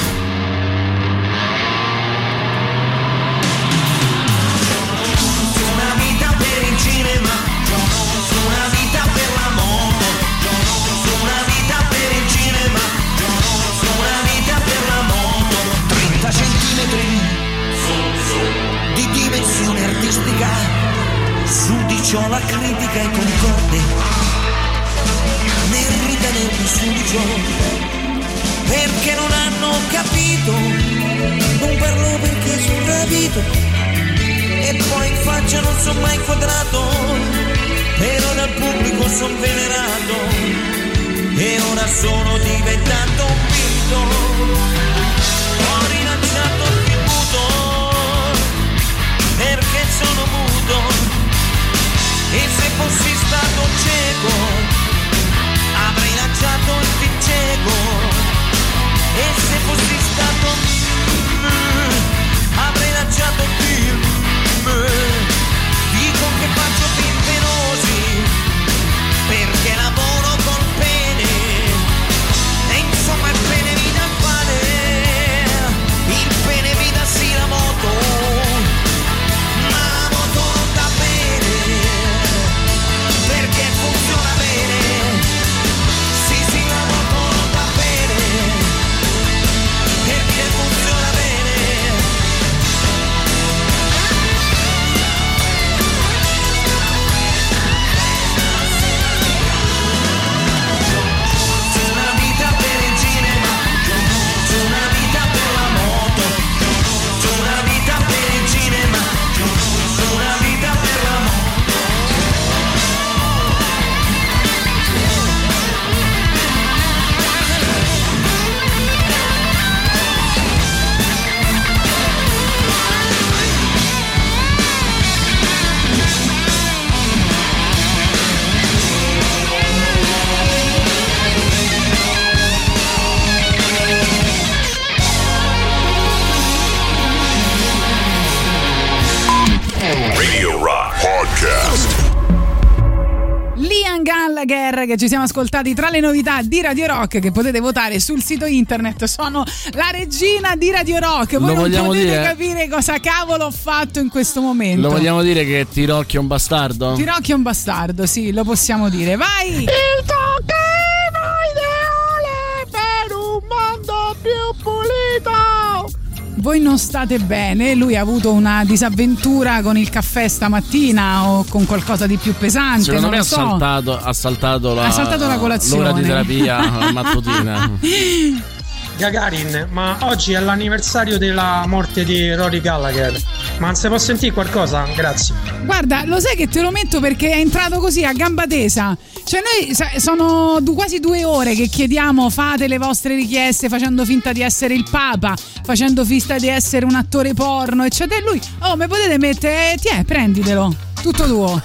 Una vita per il cinema, una vita per la moto, una vita per il cinema, una vita per la moto, 30 centimetri di dimensione artistica, su di ciò la critica è concorde nel ritenermi sudicio, perché non hanno capito, non parlo perché sono rapito, e poi in faccia non sono mai quadrato, però dal pubblico sono venerato, e ora sono diventato un mito, ho rilanciato il tributo, perché sono muto, e se fossi stato cieco avrei lanciato il film cieco, e se fossi stato avrei lanciato il film. Dico che faccio film penosi perché lavoro col pene e insomma Podcast. Liam Gallagher, che ci siamo ascoltati tra le novità di Radio Rock, che potete votare sul sito internet. Sono la regina di Radio Rock. Voi non potete capire cosa cavolo ho fatto in questo momento. Lo vogliamo dire che Tirocchi è un bastardo? Tirocchi è un bastardo, sì, lo possiamo dire. Vai! Il tocchino ideale per un mondo più pulito. Voi non state bene, lui ha avuto una disavventura con il caffè stamattina o con qualcosa di più pesante. Secondo me non lo ha saltato la colazione, l'ora di terapia mattutina. Gagarin, ma oggi è l'anniversario della morte di Rory Gallagher. Ma non si può sentire qualcosa? Grazie. Guarda, lo sai che te lo metto perché è entrato così a gamba tesa. Cioè noi sono quasi 2 ore che chiediamo fate le vostre richieste facendo finta di essere il Papa, facendo finta di essere un attore porno, eccetera. E lui, oh, mi potete mettere, prenditelo, tutto tuo.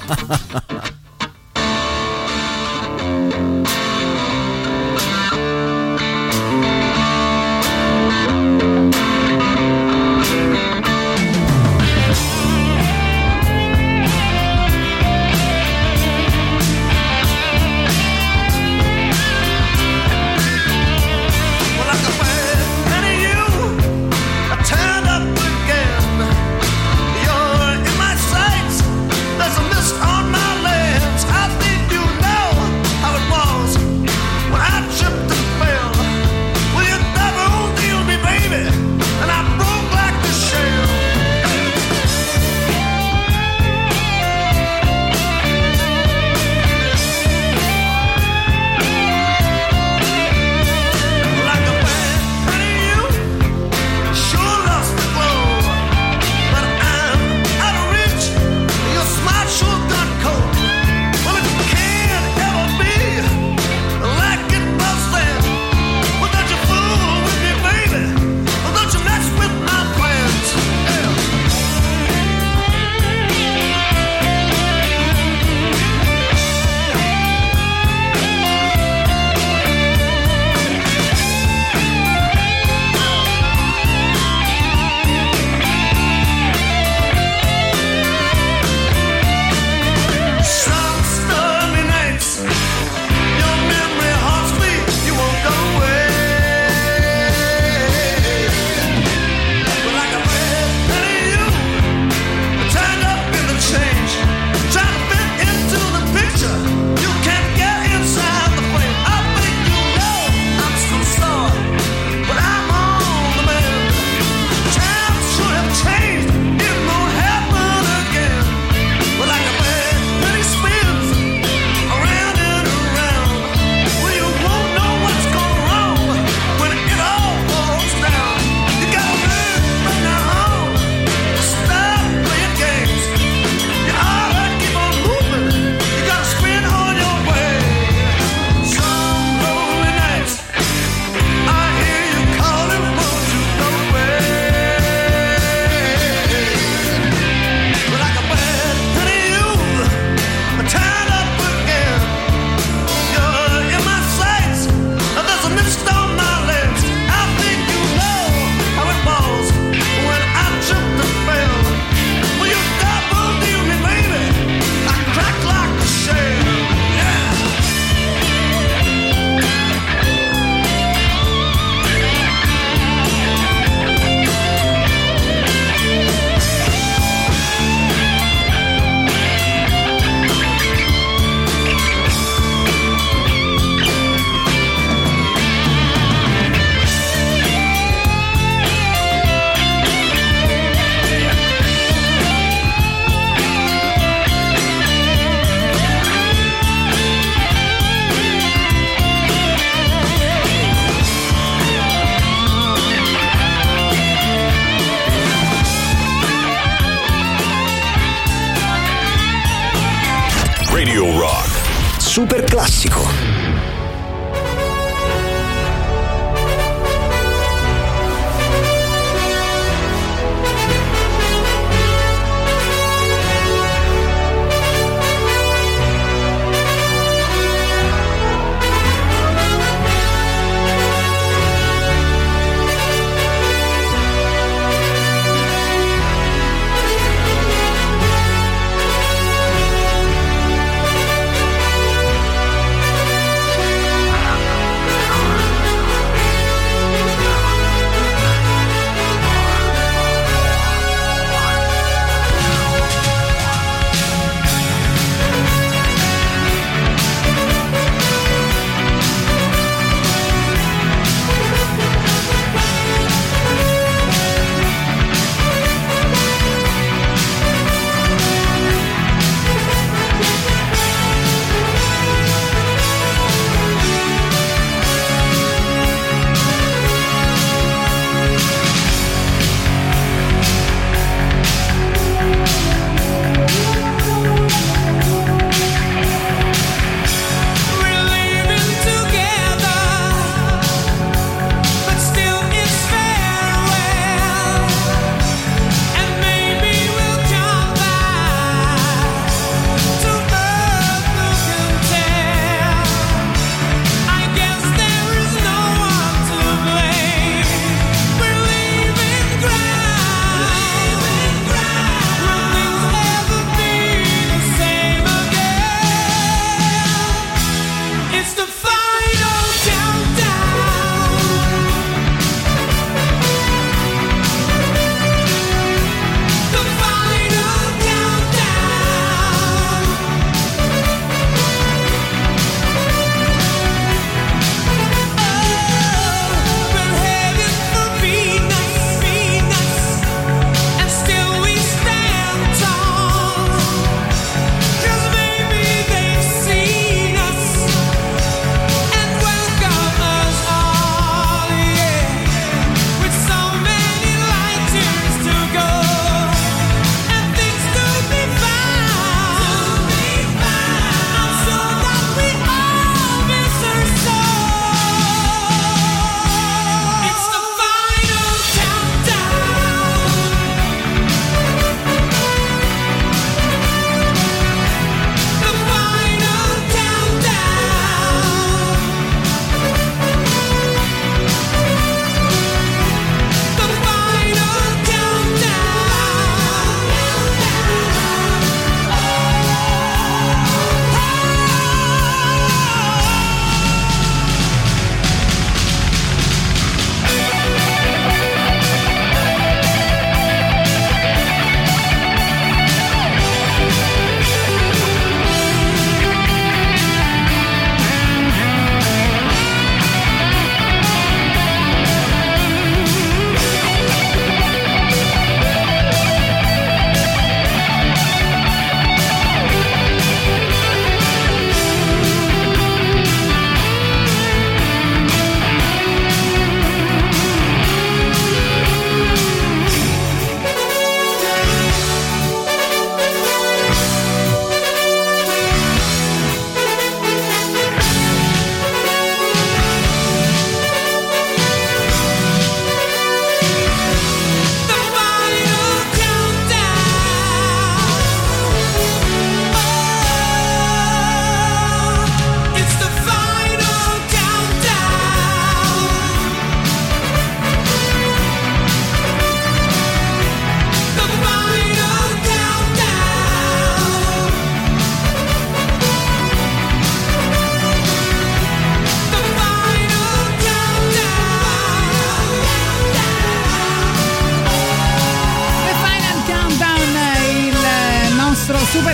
Radio Rock. Super classico.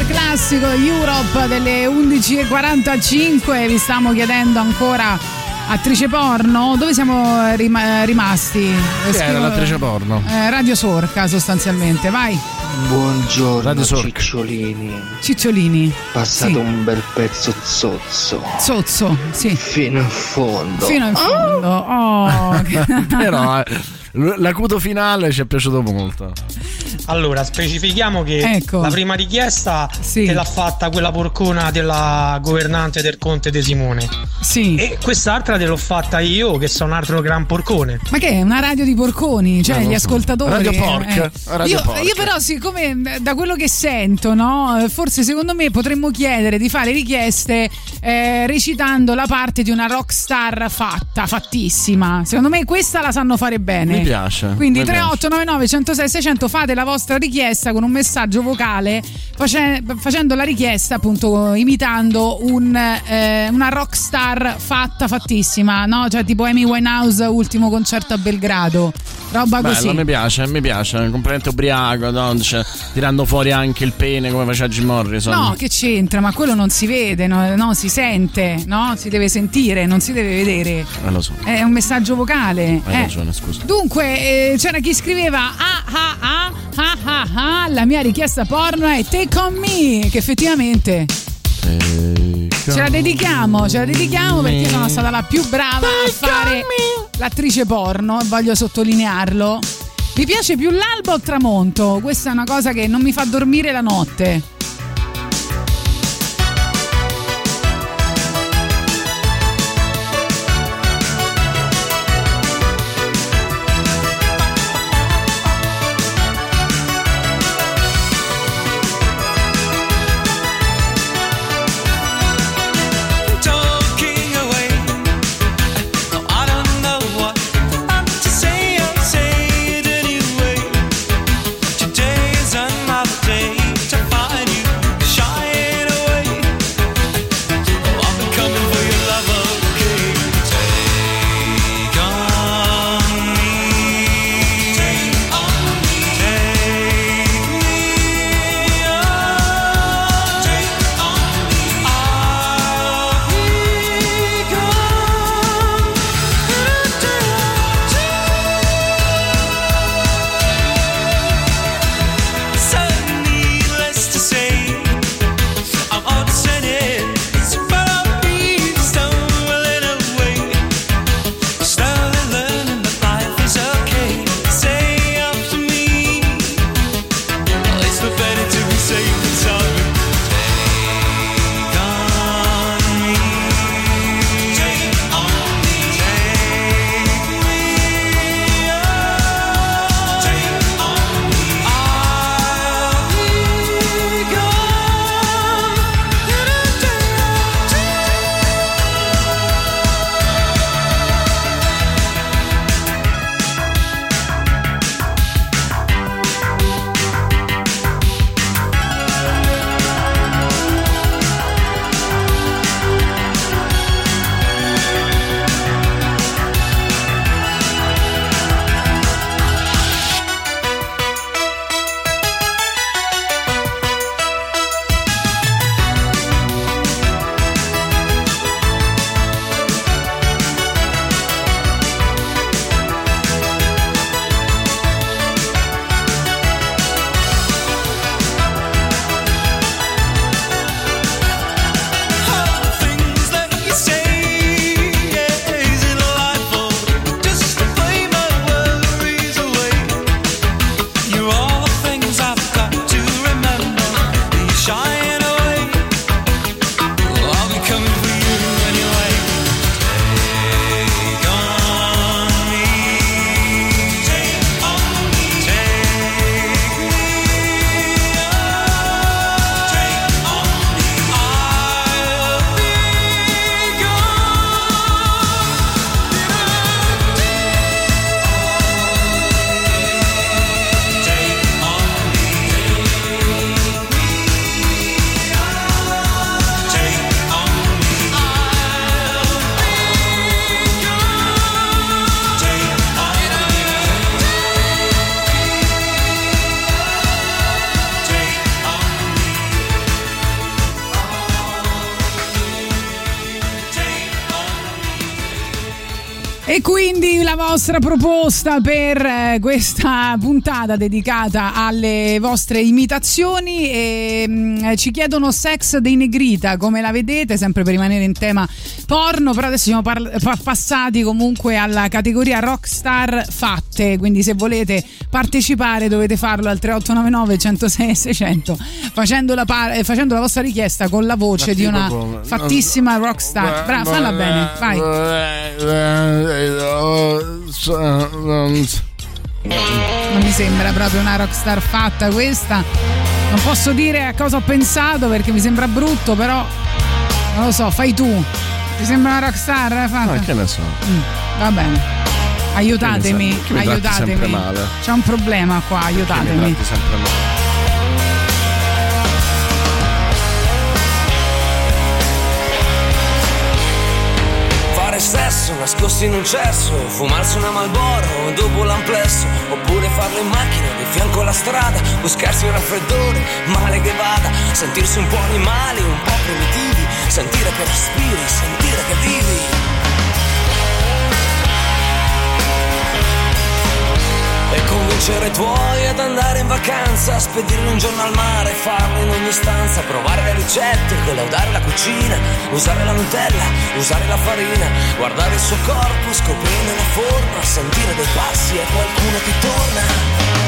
super classico Europe delle 11.45. Vi stiamo chiedendo ancora attrice porno, dove siamo rimasti? Chi era l'attrice porno? Radio Sorca sostanzialmente, vai. Buongiorno Cicciolini. Passato Sì. un bel pezzo zozzo. Sì. Fino in fondo. Oh, Però l'acuto finale ci è piaciuto molto. Allora, specifichiamo che la prima richiesta te l'ha fatta quella porcona della governante del Conte De Simone. Sì. E quest'altra te l'ho fatta io, che sono un altro gran porcone. Ma che è una radio di porconi? Cioè, gli ascoltatori. Radio Porc. Radio Porc. Io però, siccome da quello che sento, no, forse secondo me potremmo chiedere di fare richieste recitando la parte di una rockstar fattissima. Secondo me questa la sanno fare bene. Mi piace. Quindi mi piace. 3899 106 600, fate la vostra richiesta con un messaggio vocale facendo la richiesta appunto imitando una rockstar fattissima, no? Cioè tipo Amy Winehouse ultimo concerto a Belgrado, roba così. Bello, mi piace, completamente ubriaco, no? Cioè, tirando fuori anche il pene come faceva Jim Morrison. No, che c'entra? Ma quello non si vede, no, si sente, no? Si deve sentire, non si deve vedere. Lo so. È un messaggio vocale. Hai ragione, scusa. Dunque, c'era chi scriveva la mia richiesta porno è Take On Me, che effettivamente ce la dedichiamo perché io sono stata la più brava a fare l'attrice porno, voglio sottolinearlo. Mi piace più l'alba o il tramonto? Questa è una cosa che non mi fa dormire la notte. Talking away. No, I don't know what to say. I'll say it anyway. Today is another day to find quindi la vostra proposta per questa puntata dedicata alle vostre imitazioni, e ci chiedono Sex dei Negrita, come la vedete, sempre per rimanere in tema porno, però adesso siamo passati comunque alla categoria rockstar fatte, quindi se volete partecipare dovete farlo al 3899 106 600 facendo la vostra richiesta con la voce di una fattissima rockstar. Brava, falla bene, vai. Non mi sembra proprio una rockstar fatta questa, non posso dire a cosa ho pensato perché mi sembra brutto, però non lo so, fai tu, ti sembra una rockstar fatta? Ma che ne so. Va bene, aiutatemi, aiutatemi, c'è un problema qua, aiutatemi. Mi tratti sempre male. Sesso nascosti in un cesso, fumarsi una Marlboro dopo l'amplesso, oppure farlo in macchina di fianco alla strada, buscarsi un raffreddore, male che vada, sentirsi un po' animali, un po' primitivi, sentire che respiri, sentire che vivi. E convincere i tuoi ad andare in vacanza, spedirli un giorno al mare, farlo in ogni stanza, provare le ricette, collaudare la cucina, usare la Nutella, usare la farina, guardare il suo corpo, scoprirne la forma, sentire dei passi e qualcuno che torna.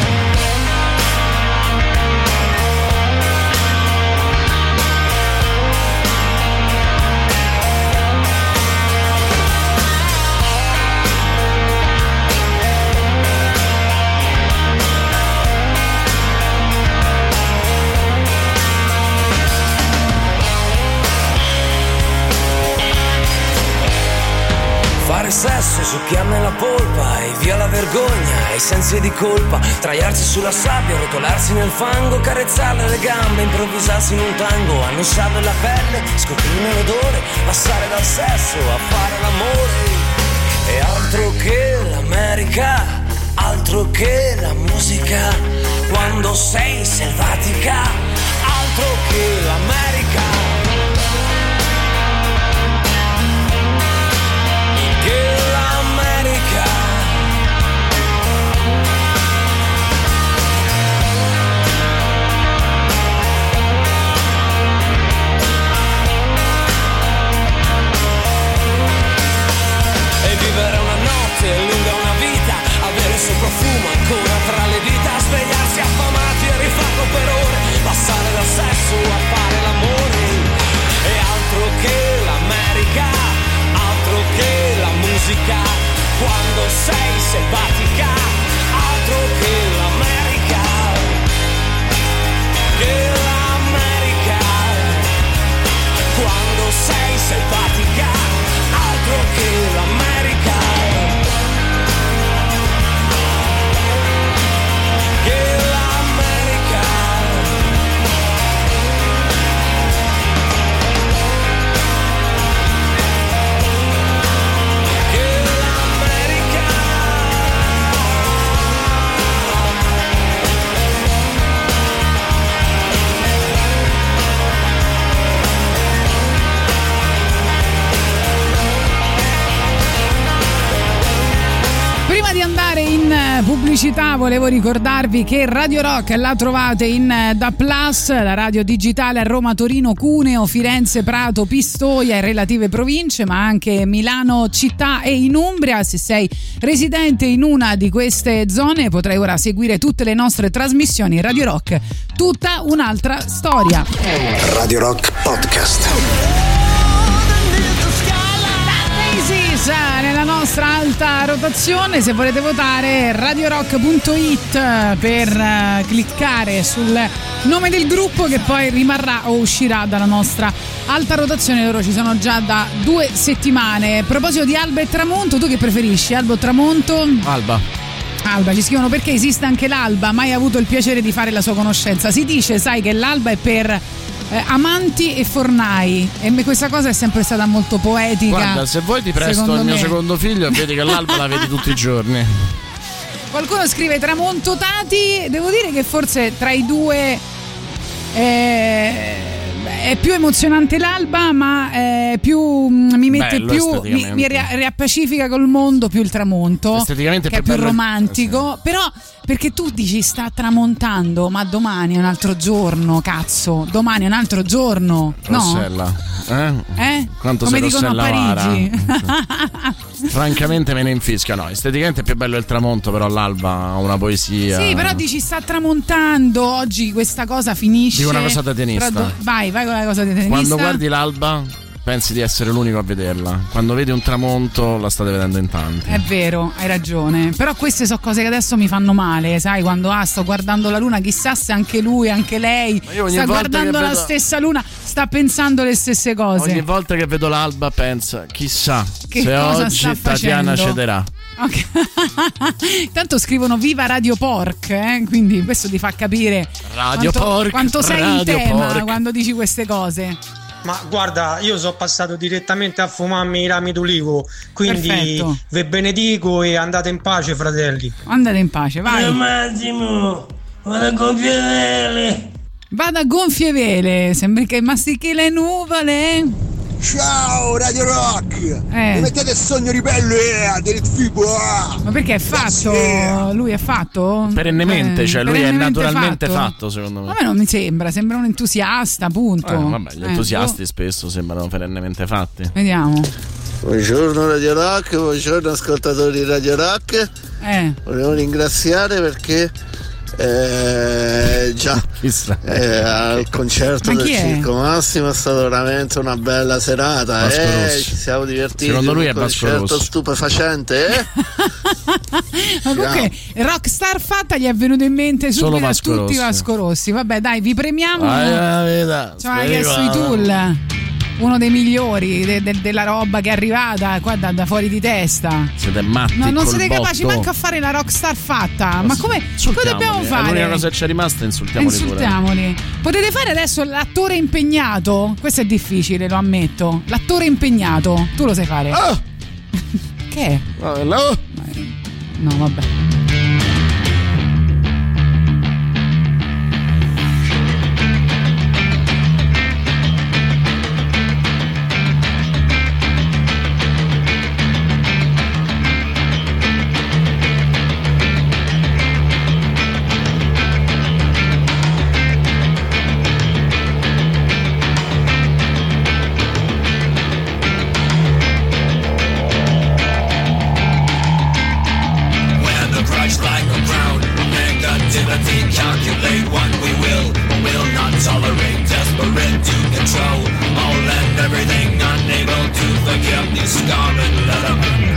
Fare sesso, succhiarne la polpa e via la vergogna e i sensi di colpa, traiarsi sulla sabbia, rotolarsi nel fango, carezzarle le gambe, improvvisarsi in un tango, annusarle la pelle, scoprirne l'odore, passare dal sesso a fare l'amore. E altro che l'America, altro che la musica, quando sei selvatica, altro che l'America. Vivere una notte è lunga una vita, avere il suo profumo ancora tra le dita, svegliarsi affamati e rifacco per ore, passare dal sesso a fare l'amore. E altro che l'America, altro che la musica, quando sei selvatica, altro che l'America, che l'America, quando sei selvatica, altro che l'America. Di andare in pubblicità volevo ricordarvi che Radio Rock la trovate in Da Plus, la radio digitale a Roma, Torino, Cuneo, Firenze, Prato, Pistoia e relative province, ma anche Milano città e in Umbria. Se sei residente in una di queste zone potrai ora seguire tutte le nostre trasmissioni. Radio Rock, tutta un'altra storia. Radio Rock Podcast. Nella nostra alta rotazione, se volete votare radiorock.it per cliccare sul nome del gruppo che poi rimarrà o uscirà dalla nostra alta rotazione. Loro ci sono già da 2 settimane. A proposito di Alba e Tramonto, tu che preferisci, Alba o Tramonto? Alba, ci scrivono perché esiste anche l'Alba, mai avuto il piacere di fare la sua conoscenza. Si dice, sai, che l'Alba è per amanti e fornai, e questa cosa è sempre stata molto poetica. Guarda, se vuoi ti presto il mio secondo figlio e vedi che l'Alba la vedi tutti i giorni. Qualcuno scrive Tramonto Tati, devo dire che forse tra i due è più emozionante l'alba, ma più mi mette bello, più mi riappacifica col mondo più il tramonto, esteticamente che è più bello, romantico, sì. però perché tu dici sta tramontando, ma domani è un altro giorno, cazzo, domani è un altro giorno, Rossella, no? Quanto come sei dicono a Rossella Parigi. Francamente me ne infischio. No, esteticamente è più bello il tramonto, però l'alba ha una poesia. Sì, però dici sta tramontando, oggi questa cosa finisce. Dico una cosa da tenista. Vai con la cosa da tenista. Quando guardi l'alba pensi di essere l'unico a vederla. Quando vedi un tramonto la state vedendo in tanti. È vero, hai ragione. Però queste sono cose che adesso mi fanno male, sai, quando sto guardando la luna, chissà se anche lui, anche lei sta guardando la stessa luna, sta pensando le stesse cose. Ogni volta che vedo l'alba pensa, chissà che se oggi facendo? Tatiana cederà. Okay. Tanto scrivono viva Radio Pork, quindi questo ti fa capire quanto sei in tema quando dici queste cose. Ma guarda, io sono passato direttamente a fumarmi i rami d'ulivo, quindi ve benedico e andate in pace, fratelli. Andate in pace, vai. Massimo, vado a gonfie vele. Vado a gonfie vele, sembra che mastichi le nuvole. Ciao Radio Rock! Mi mettete il sogno ribelle del fibo! Ma perché è fatto? Lui è fatto? Perennemente, cioè lui è naturalmente fatto, secondo me. A me non mi sembra un entusiasta, appunto. Vabbè, gli entusiasti spesso sembrano perennemente fatti. Vediamo. Buongiorno Radio Rock, buongiorno ascoltatori di Radio Rock. Volevo ringraziare perché al concerto del Circo Massimo è stata veramente una bella serata, ci siamo divertiti. Secondo lui è un concerto stupefacente, Ma comunque Rockstar fatta gli è venuto in mente subito a tutti Vasco Rossi. Vabbè, dai, vi premiamo. Ci ha chiesto i Tool, uno dei migliori della roba che è arrivata qua da fuori di testa. Siete matti. No, non siete capaci manco a fare la Rockstar fatta. Ma come dobbiamo fare? L'unica cosa che c'è rimasta, insultiamoli. Potete fare adesso l'attore impegnato? Questo è difficile, lo ammetto. L'attore impegnato, tu lo sai fare? Che è? No, vabbè. Calculate what we will not tolerate. Desperate to control all and everything, unable to forgive these scarlet lettermen.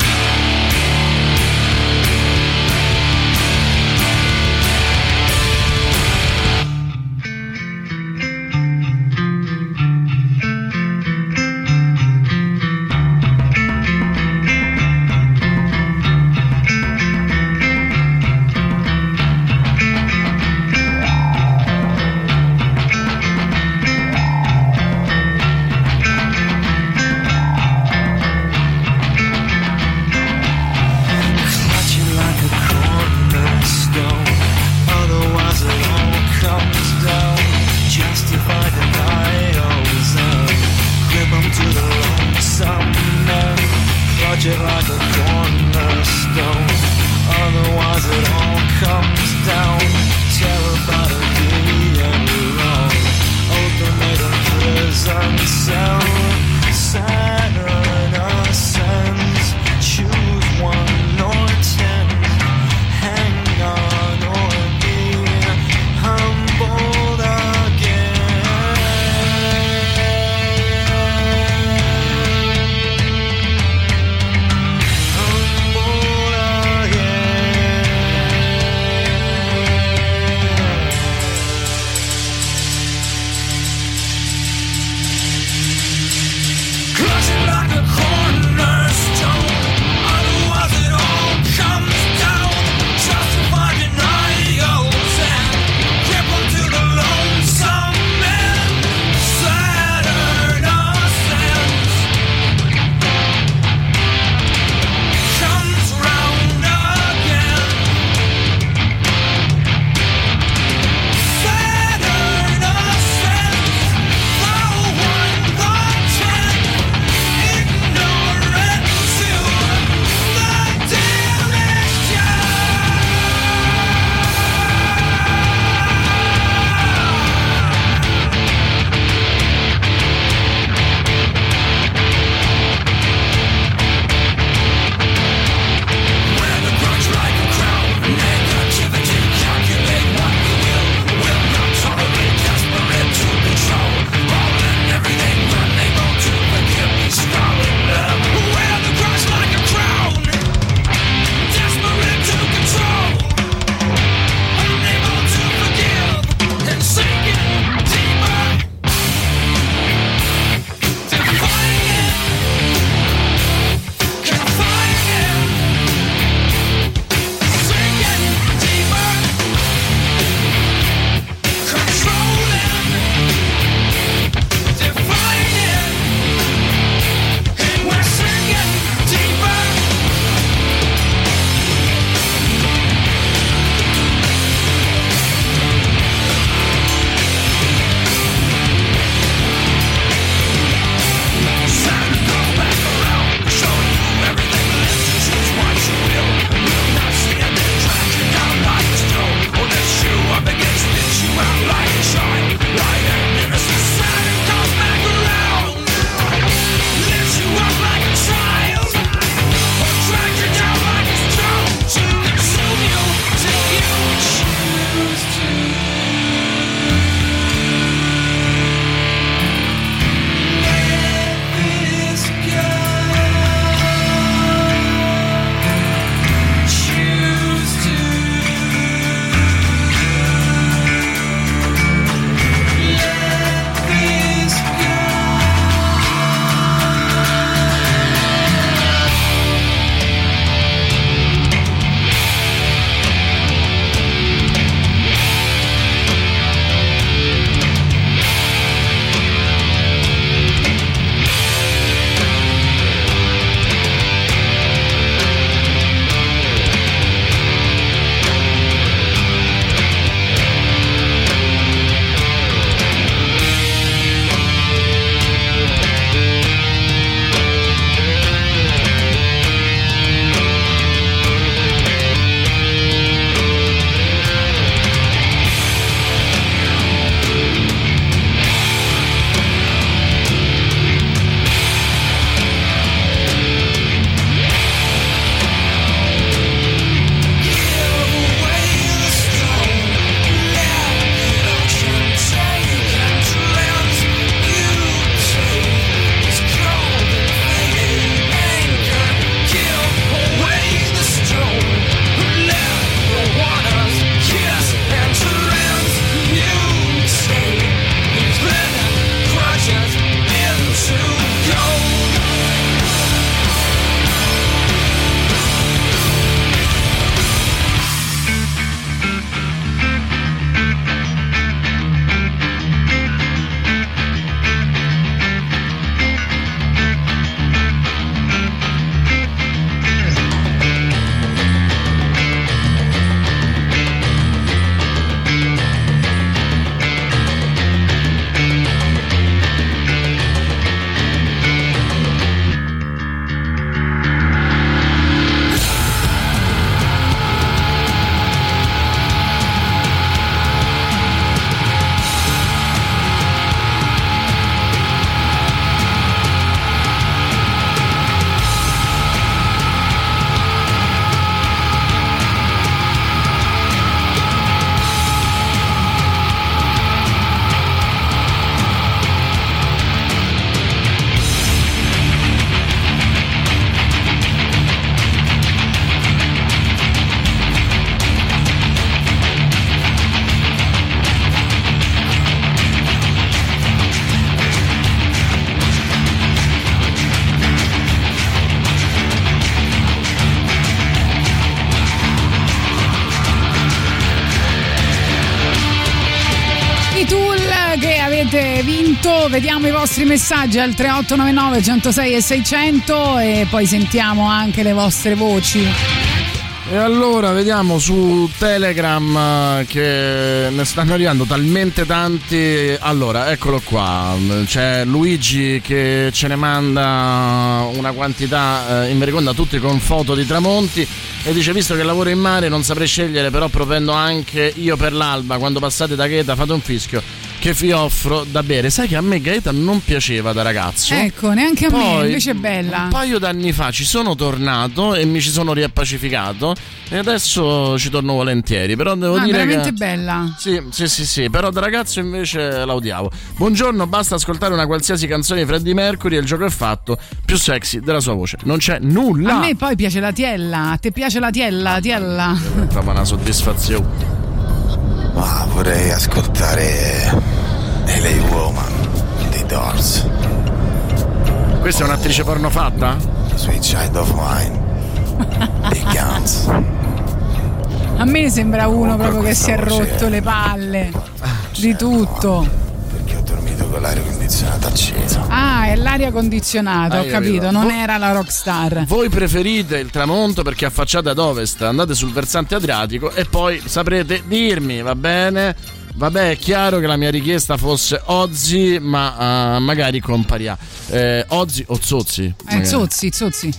Intanto vediamo i vostri messaggi al 3899 106 e 600 e poi sentiamo anche le vostre voci. E allora vediamo su Telegram che ne stanno arrivando talmente tanti. Allora, eccolo qua. C'è Luigi che ce ne manda una quantità invereconda, tutti con foto di tramonti, e dice: visto che lavoro in mare non saprei scegliere, però propendo anche io per l'alba, quando passate da Gaeta fate un fischio che vi offro da bere. Sai che a me Gaeta non piaceva da ragazzo. Ecco, neanche a me, invece è bella. Un paio d'anni fa ci sono tornato e mi ci sono riappacificato e adesso ci torno volentieri, però devo dire veramente che bella. Sì, però da ragazzo invece la odiavo. Buongiorno, basta ascoltare una qualsiasi canzone di Freddie Mercury e il gioco è fatto. Più sexy della sua voce non c'è nulla. A me poi piace la tiella. A te piace la tiella? È proprio una soddisfazione. Ma vorrei ascoltare LA Woman dei Doors. Questa è un'attrice porno fatta? Sweet Child of Mine dei Guns. A me sembra uno proprio che si è rotto le palle di tutto. Perché ho dormito con l'aria condizionata accesa. Ah, è l'aria condizionata, ho capito, non era la rockstar. Voi preferite il tramonto perché affacciate ad ovest, andate sul versante adriatico e poi saprete dirmi, va bene? Vabbè, è chiaro che la mia richiesta fosse Ozzy, ma magari con Paria. Ozzy o Zozzi? Zozzi.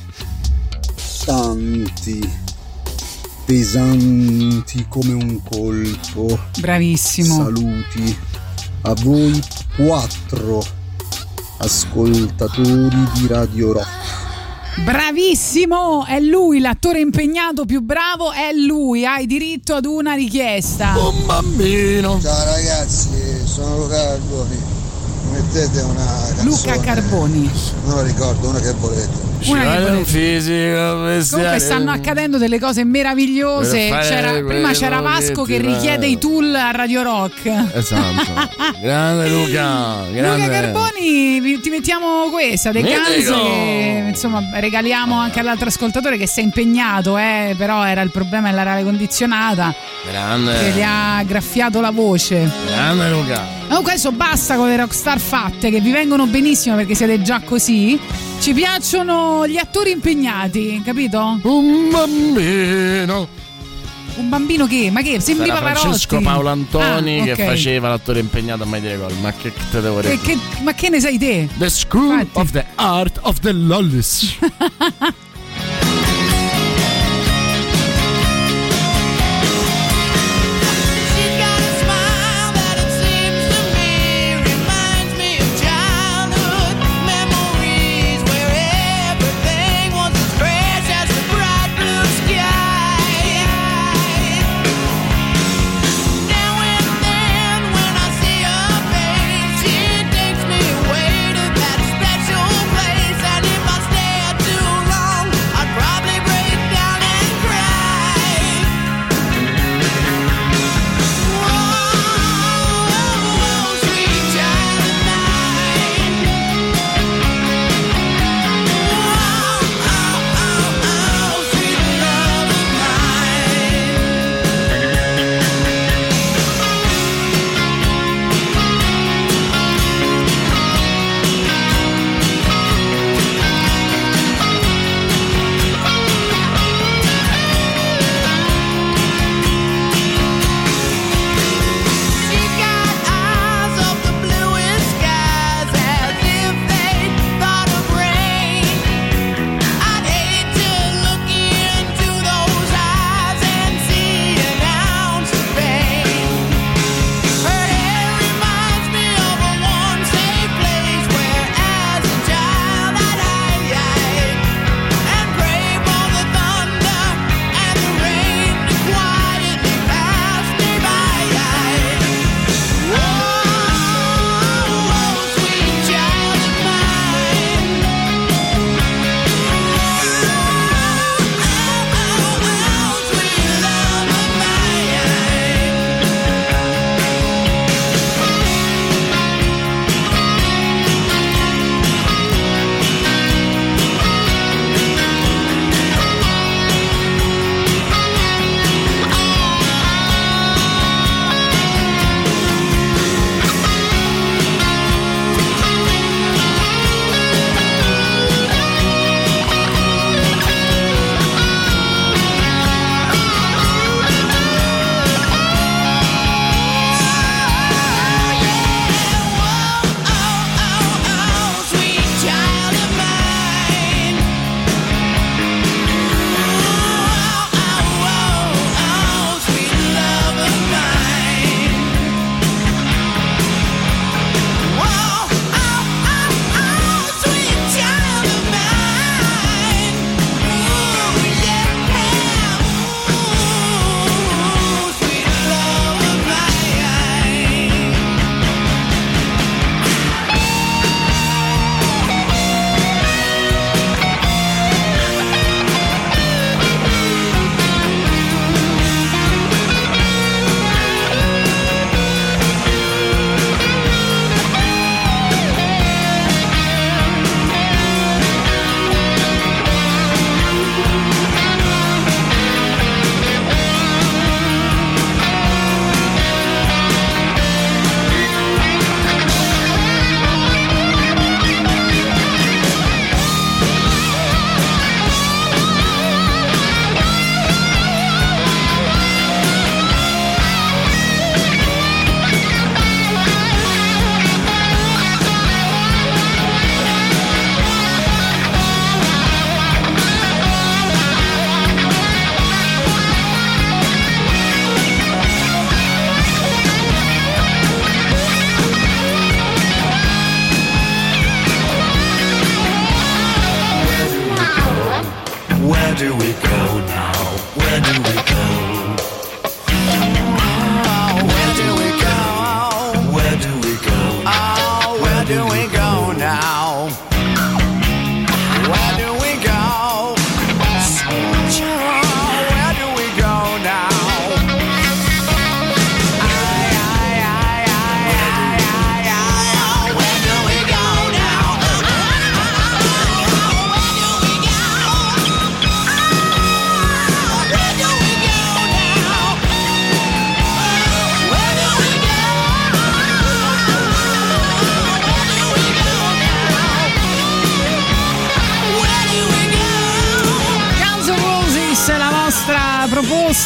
Tanti, pesanti come un colpo. Bravissimo. Saluti a voi 4 ascoltatori di Radio Rock. Bravissimo, è lui, l'attore impegnato più bravo è lui, hai diritto ad una richiesta. Un bambino. Ciao ragazzi, sono Luca Carboni. Mettete una canzone. Luca Carboni. Non lo ricordo, una che volete. Comunque stanno accadendo delle cose meravigliose. Prima c'era Vasco che richiede i Tool a Radio Rock. Esatto. Grande Luca. Luca Carboni, ti mettiamo questa dei Guns che insomma regaliamo anche all'altro ascoltatore che si è impegnato, però era il problema dell'aria condizionata. Grande. Che gli ha graffiato la voce. Grande Luca. Comunque adesso basta con le rockstar fatte che vi vengono benissimo perché siete già così. Ci piacciono gli attori impegnati, capito? Un bambino. Un bambino che? Ma che? Sembri Pavarotti. Francesco Paolo Antoni che faceva l'attore impegnato a mai dire gol. Ma che te devo dire? Ma che ne sai te? The School of the Art of the Lollis. Too long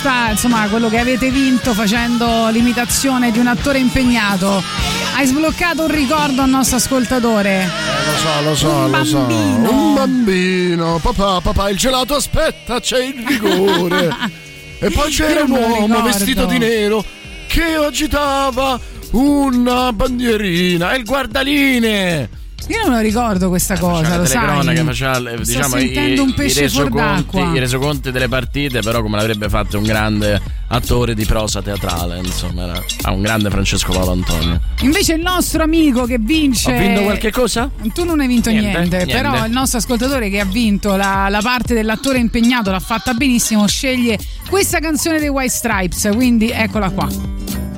questa, insomma, quello che avete vinto facendo l'imitazione di un attore impegnato. Hai sbloccato un ricordo al nostro ascoltatore. Lo so. Un bambino. Papà, il gelato aspetta, c'è il rigore. E poi c'era un uomo vestito di nero che agitava una bandierina e il guardaline. Io non lo ricordo questa cosa, lo sai. Che faceva, diciamo, i resoconti delle partite, però come l'avrebbe fatto un grande attore di prosa teatrale, insomma, era un grande Francesco Paolo Antonio. Invece il nostro amico che vince. Ho vinto qualche cosa? Tu non hai vinto niente. Però il nostro ascoltatore che ha vinto la parte dell'attore impegnato l'ha fatta benissimo, sceglie questa canzone dei White Stripes, quindi eccola qua.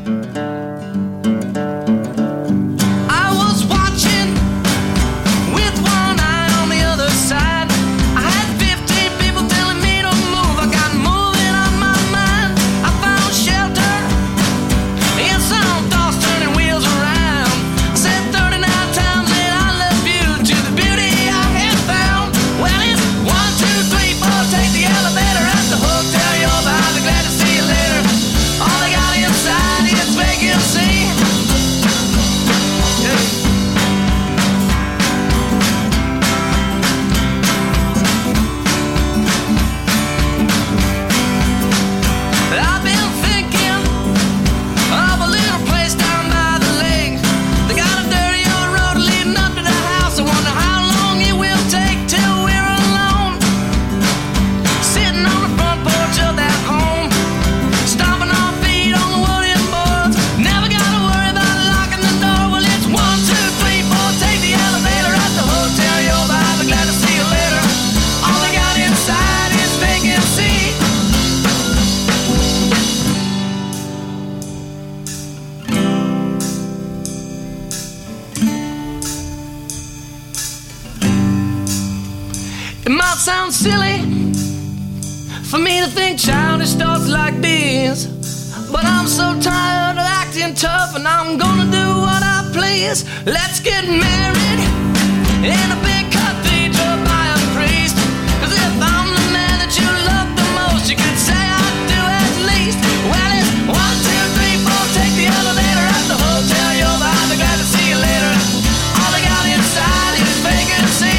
Sounds silly for me to think childish thoughts like this, but I'm so tired of acting tough, and I'm gonna do what I please. Let's get married in a big cathedral by a priest, 'cause if I'm the man that you love the most, you could say I do at least. Well, it's 1, 2, 3, 4, take the elevator at the hotel. You'll be glad to see you later. All I got inside is vacancy.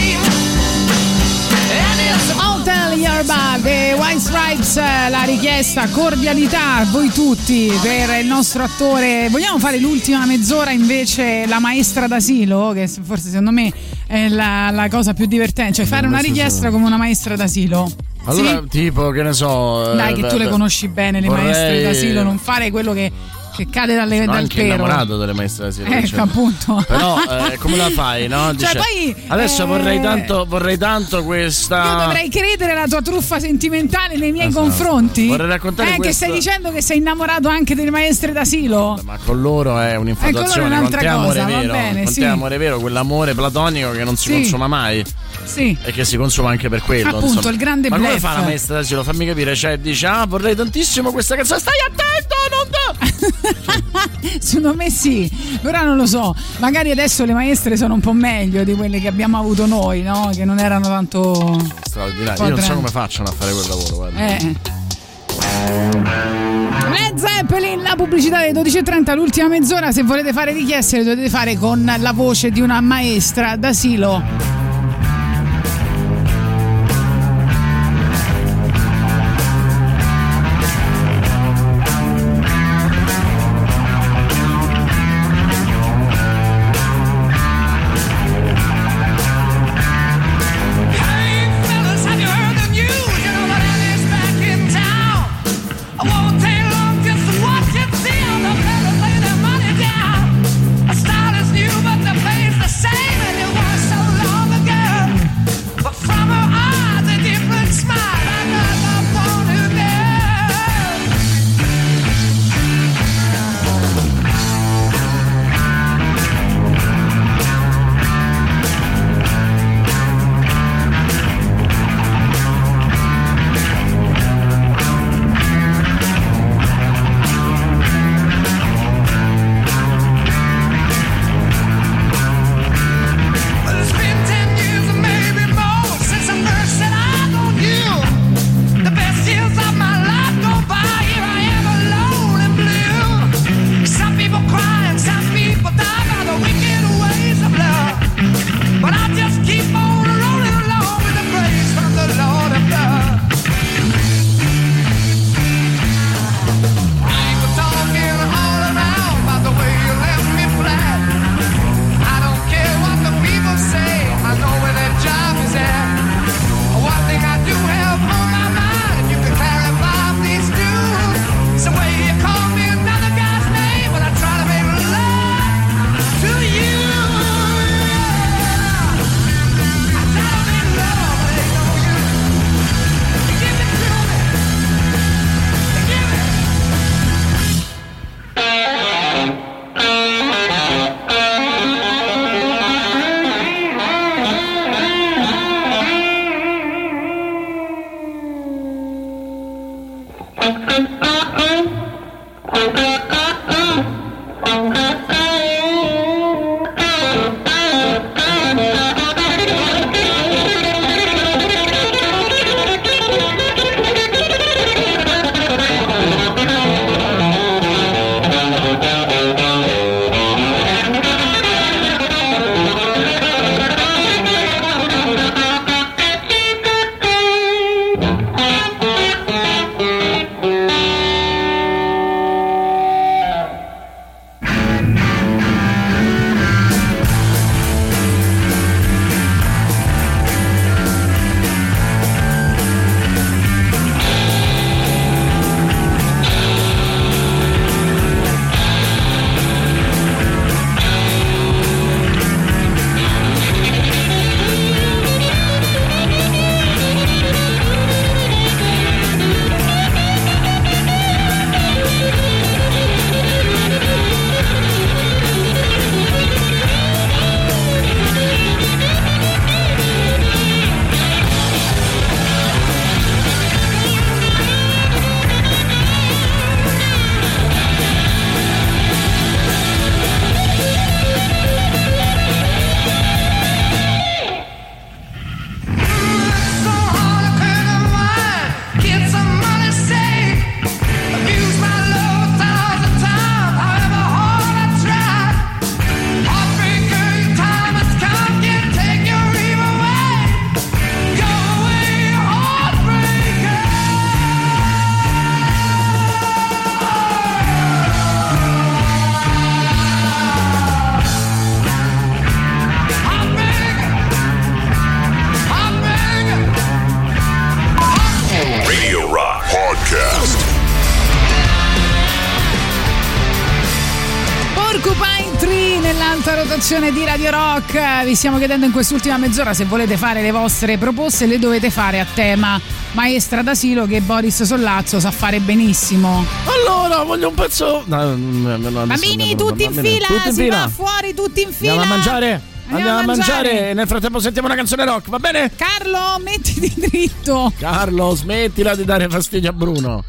Hotel Your Body, White Stripes, la richiesta, cordialità a voi tutti per il nostro attore. Vogliamo fare l'ultima mezz'ora invece la maestra d'asilo, che forse secondo me è la cosa più divertente, cioè fare una richiesta come una maestra d'asilo. Allora, sì? Tipo, che ne so. Dai, che tu le conosci bene, le maestre d'asilo, non fare quello che cade dal pero. Sono anche innamorato delle maestre d'asilo. Ecco, appunto. Però come la fai, no? Dice, cioè, poi, adesso vorrei tanto questa. Io dovrei credere alla tua truffa sentimentale nei miei confronti. Vorrei raccontare che stai dicendo che sei innamorato anche delle maestre d'asilo. Ma con loro è un'infatuazione, con te amore cosa, vero. Bene, con te amore vero, quell'amore platonico che non si consuma mai. Sì. E che si consuma anche per quello. Appunto, insomma. il grande bluff. Ma come fa la maestra d'asilo? Fammi capire, cioè dice vorrei tantissimo questa canzone. Stai attento, non Secondo me sì, però non lo so. Magari adesso le maestre sono un po' meglio di quelle che abbiamo avuto noi, no? Che non erano tanto straordinarie. Io non so come facciano a fare quel lavoro, guarda. Led Zeppelin, la pubblicità delle 12.30, l'ultima mezz'ora. Se volete fare richieste le dovete fare con la voce di una maestra d'asilo. Same and it was so long Di Radio Rock, vi stiamo chiedendo in quest'ultima mezz'ora se volete fare le vostre proposte, le dovete fare a tema maestra d'asilo, che Boris Sollazzo sa fare benissimo. Allora voglio un pezzo. Bambini, tutti in fila, si va fuori tutti in fila. Andiamo a mangiare. Nel frattempo sentiamo una canzone rock, va bene? Carlo, mettiti dritto. Carlo, smettila di dare fastidio a Bruno.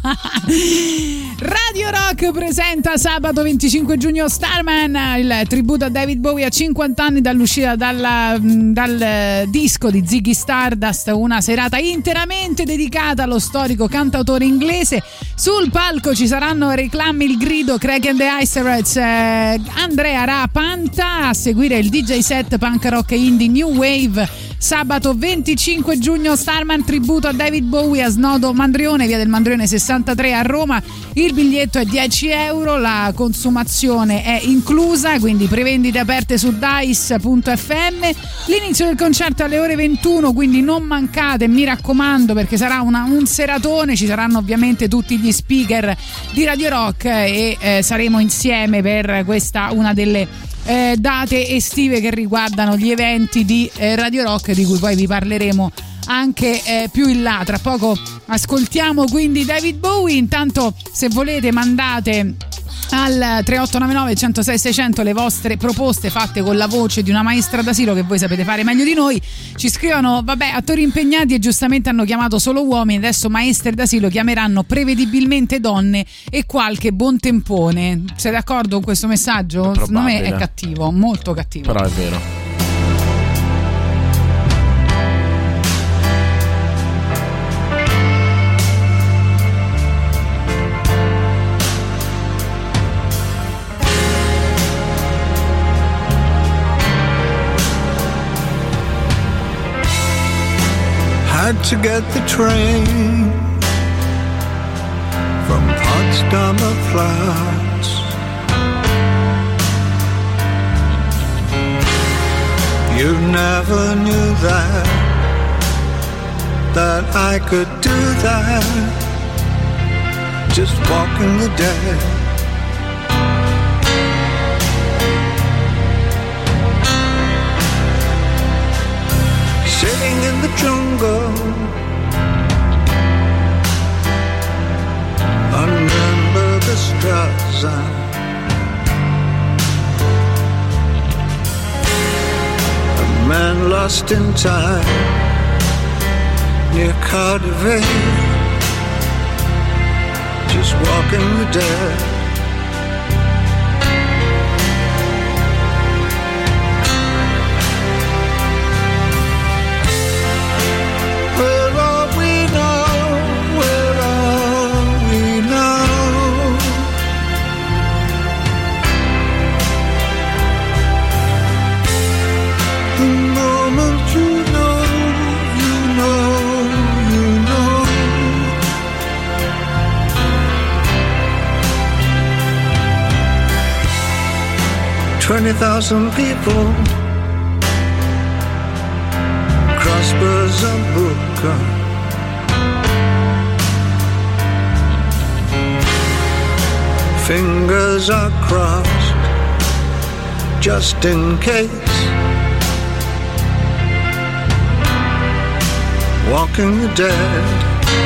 Radio Rock presenta sabato 25 giugno Starman, il tributo a David Bowie a 50 anni dall'uscita dal disco di Ziggy Stardust, una serata interamente dedicata allo storico cantautore inglese. Sul palco ci saranno Reclami il grido, Craig and the Ice Rats, Andrea Rapanta, a seguire il DJ set punk rock e indie new wave. Sabato 25 giugno Starman, tributo a David Bowie a Snodo Mandrione, via del Mandrione 63 a Roma. Il biglietto è 10 euro, la consumazione è inclusa, quindi prevendite aperte su dice.fm. L'inizio del concerto alle ore 21, quindi non mancate, mi raccomando, perché sarà un seratone. Ci saranno ovviamente tutti gli speaker di Radio Rock e saremo insieme per questa, una delle date estive che riguardano gli eventi di Radio Rock, di cui poi vi parleremo anche più in là. Tra poco ascoltiamo quindi David Bowie. Intanto, se volete, mandate al 3899 106 600 le vostre proposte fatte con la voce di una maestra d'asilo, che voi sapete fare meglio di noi. Ci scrivono: vabbè, attori impegnati e giustamente hanno chiamato solo uomini, adesso maestre d'asilo chiameranno prevedibilmente donne e qualche buontempone. Siete d'accordo con questo messaggio? Secondo me è cattivo, molto cattivo. Però è vero. Had to get the train from Potsdamer Platz. You never knew that I could do that, just walking the dead. Sitting in the jungle under the Straße, a man lost in time near Cardiff, just walking walking the dead. Where are we now? Where are we now? The moment you know, you know, you know. 20,000 people, crossbows and Booker. Fingers are crossed, just in case. Walking the dead.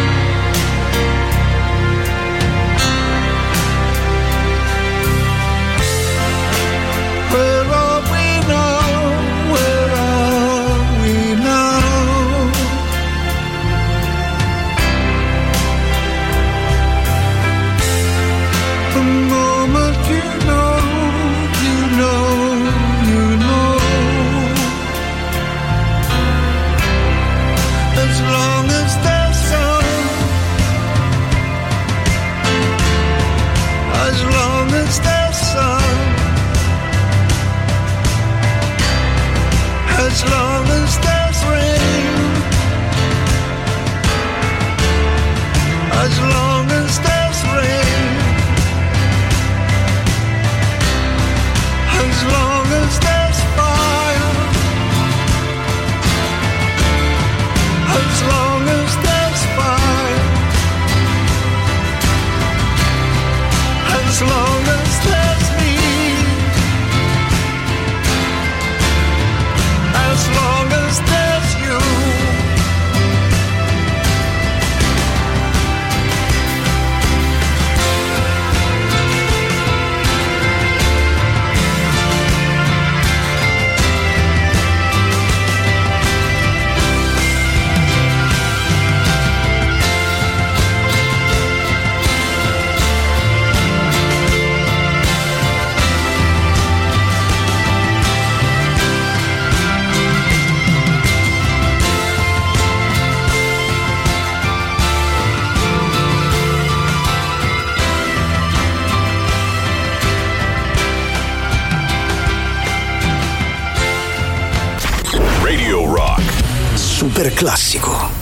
Where are we now? Where are we now? The moment you know, you know, you know. As long as there's sun, as long as there's sun, as long as there's rain, as long as there's rain, as long as there's fire, as long as there's fire, as long as there's me, as long as there's you. Radio Rock. Super classico.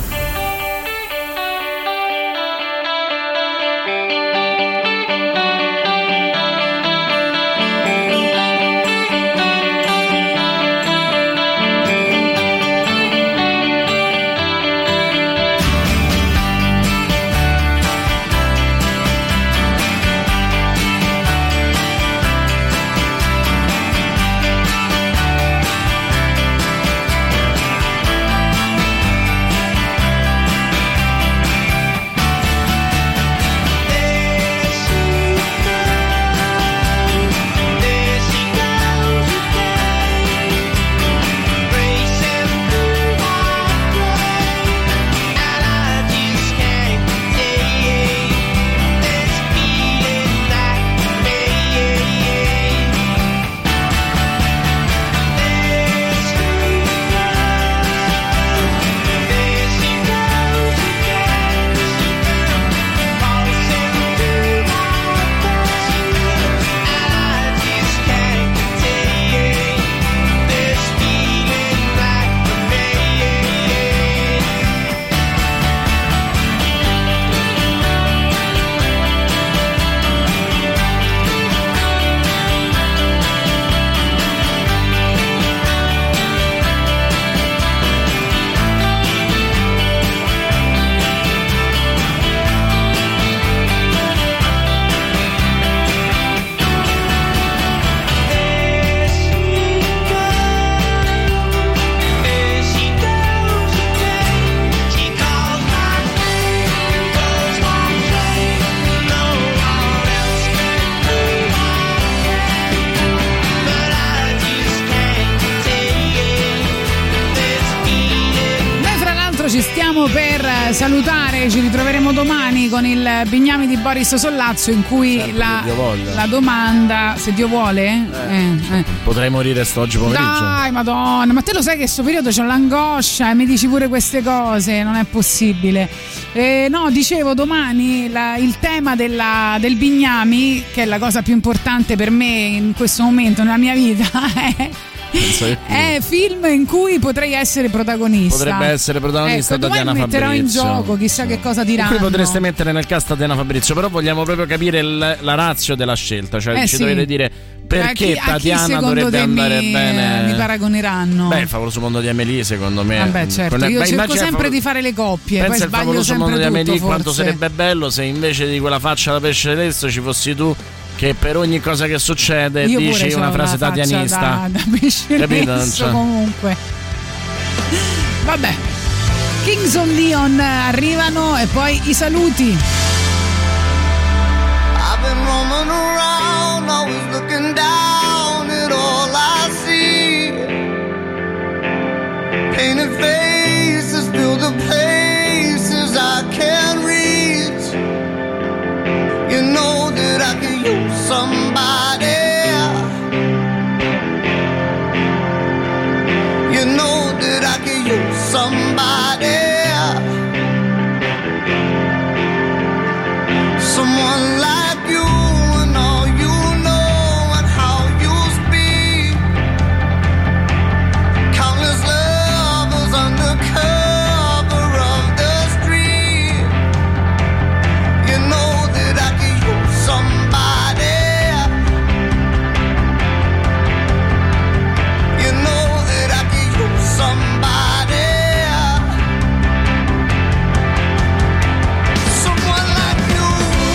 salutare, ci ritroveremo domani con il Bignami di Boris Sollazzo, in cui la domanda, se Dio vuole, potrei morire oggi pomeriggio. Dai, madonna, ma te lo sai che questo periodo c'ho l'angoscia e mi dici pure queste cose, non è possibile. No, dicevo, domani il tema del Bignami, che è la cosa più importante per me in questo momento nella mia vita, è film in cui potrei essere protagonista. Potrebbe essere protagonista, ecco, Tatiana Fabrizio. Metterò in gioco, chissà che cosa diranno. Qui potreste mettere nel cast Tatiana Fabrizio, però vogliamo proprio capire la ratio della scelta, cioè ci dovete dire perché Tatiana dovrebbe andare bene. Mi paragoneranno. Beh, il favoloso mondo di Amélie, secondo me. Vabbè, certo, io cerco sempre di fare le coppie. Pensa poi al favoloso mondo di Amélie, quanto forse. sarebbe bello se invece di quella faccia da pesce lesso ci fossi tu, che per ogni cosa che succede io dici una frase tatianista, da pesce lesso, comunque. Vabbè, Kings of Leon arrivano e poi i saluti. I've been roaming around, always looking down at all I see. Painted faces fill the places I can't reach. You know that I can use somebody. You know that I can use somebody. Someone like you and all you know and how you speak. Countless lovers under cover of the street. You know that I can use somebody. You know that I can use somebody. Someone like you.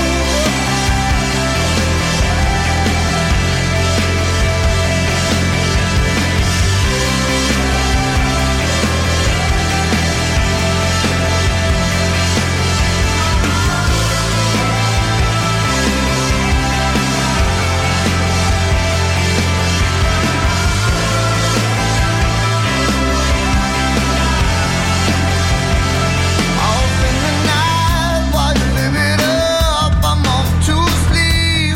Off in the night while you live it up, I'm off to sleep.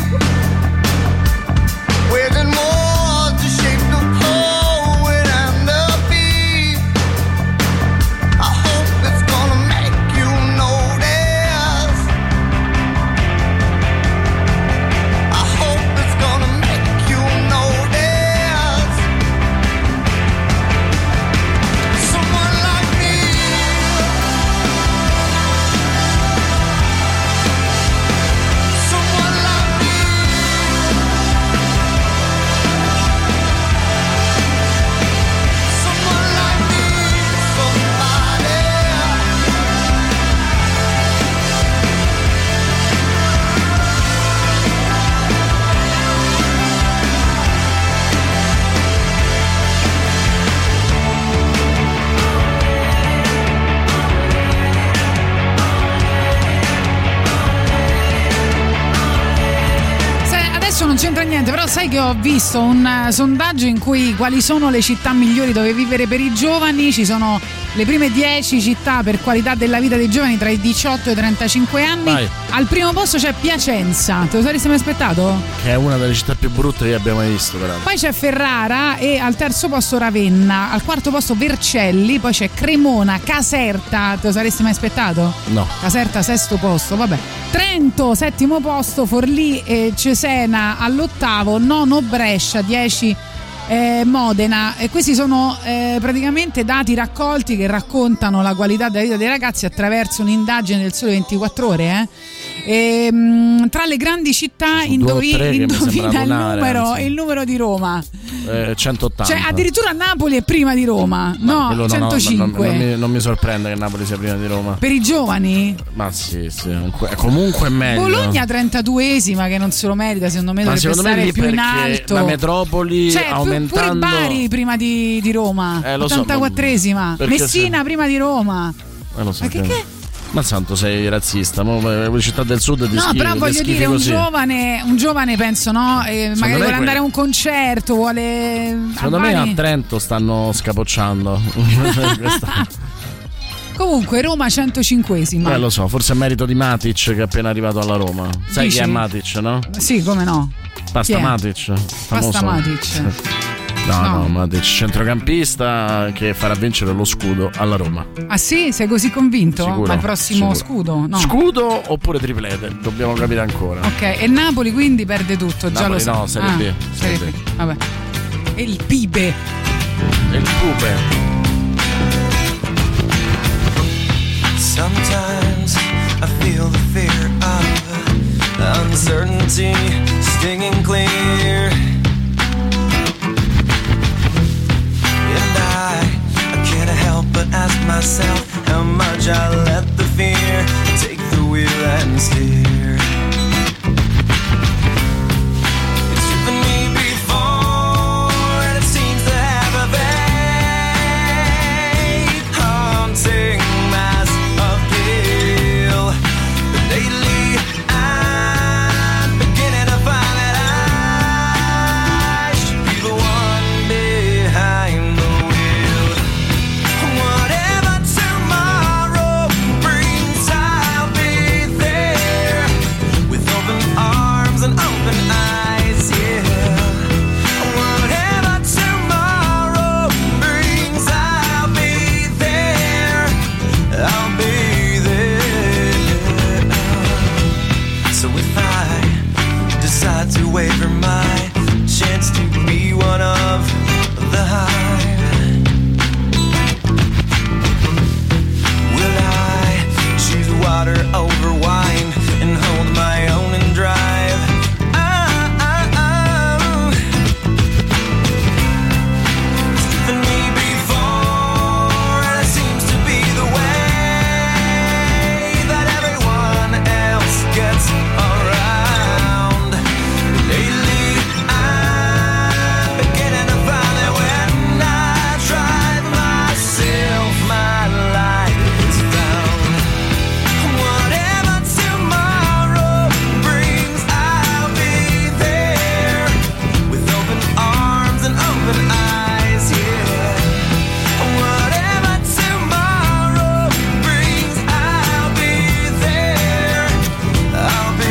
Waging war to shape the poet and the beat. I hope it's gonna make you notice. I hope it's gonna make you notice. Someone like me. Someone like me. Someone like me. Somebody. Adesso non c'entra niente, però sai che ho visto un sondaggio in cui quali sono le città migliori dove vivere per i giovani. Ci sono le prime 10 città per qualità della vita dei giovani tra i 18 e i 35 anni. Vai. Al primo posto c'è Piacenza, te lo saresti mai aspettato? Che è una delle città più brutte che abbiamo mai visto, peraltro. Poi c'è Ferrara e al terzo posto Ravenna, al quarto posto Vercelli, poi c'è Cremona, Caserta, te lo saresti mai aspettato? No. Caserta sesto posto, vabbè. Trento settimo posto, Forlì e Cesena all'ottavo, nono Brescia, 10 Modena. E questi sono praticamente dati raccolti che raccontano la qualità della vita dei ragazzi attraverso un'indagine del Sole 24 Ore. Tra le grandi città indovina il numero di Roma. 180. Cioè addirittura Napoli è prima di Roma. No, 105. Non mi sorprende che Napoli sia prima di Roma. Per i giovani? Ma sì, comunque è meglio. Bologna 32esima, che non se lo merita, secondo me dovrebbe stare più in alto. La metropoli, cioè, aumentando. Pure Bari prima di Roma, 84esima. Messina prima di Roma. Lo so. Ma che? Ma santo, sei razzista, le città del sud ti no, però voglio dire un giovane penso, no? Magari vuole andare a un concerto, vuole. Secondo me a Trento stanno scapocciando. Comunque Roma 105esima. Lo so, forse è merito di Matic che è appena arrivato alla Roma. Sai Dici? chi è Matic, no? Sì, come no? Pasta Matic. Pasta Matic. No, Matic, centrocampista che farà vincere lo scudo alla Roma. Ah sì? Sei così convinto? Sicuro, Ma il prossimo sicuro. scudo? No. Scudo oppure triplete? Dobbiamo capire ancora. Ok, e Napoli quindi perde tutto, già Napoli lo so. no, Serie B. Serie B. Vabbè. E il Pibe. E il Pube. Sometimes I feel the fear of uncertainty stinging clear. And I can't help but ask myself how much I let the fear take the wheel and steer. It's driven me before, and it seems to have a vague, haunting mass of appeal. But lately I'm beginning to find that I should be the one behind the wheel. Whatever tomorrow brings, I'll be there with open arms and open eyes, yeah. Whatever tomorrow brings, I'll be there. I'll be there. So if I decide to waver my chance to be one of the hive, will I choose water over wine and hold my own and drive? It's driven me before, and it seems to be the way that everyone else gets around. Lately I'm beginning to find that when I drive myself, my life is found. Whatever tomorrow brings, I'll be there with open arms and open eyes, yeah. Whatever tomorrow brings, I'll be there. I'll be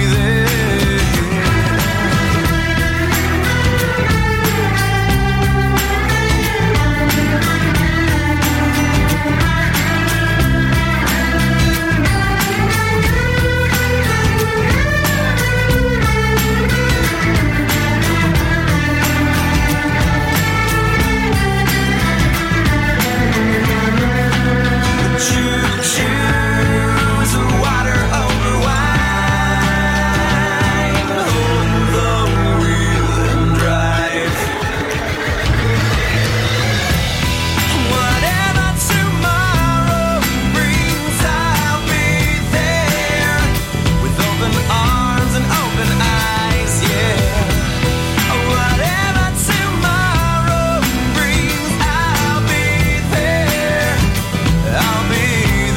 choose water over wine, hold the wheel and drive. Whatever tomorrow brings, I'll be there with open arms and open eyes, yeah. Whatever tomorrow brings, I'll be there. I'll be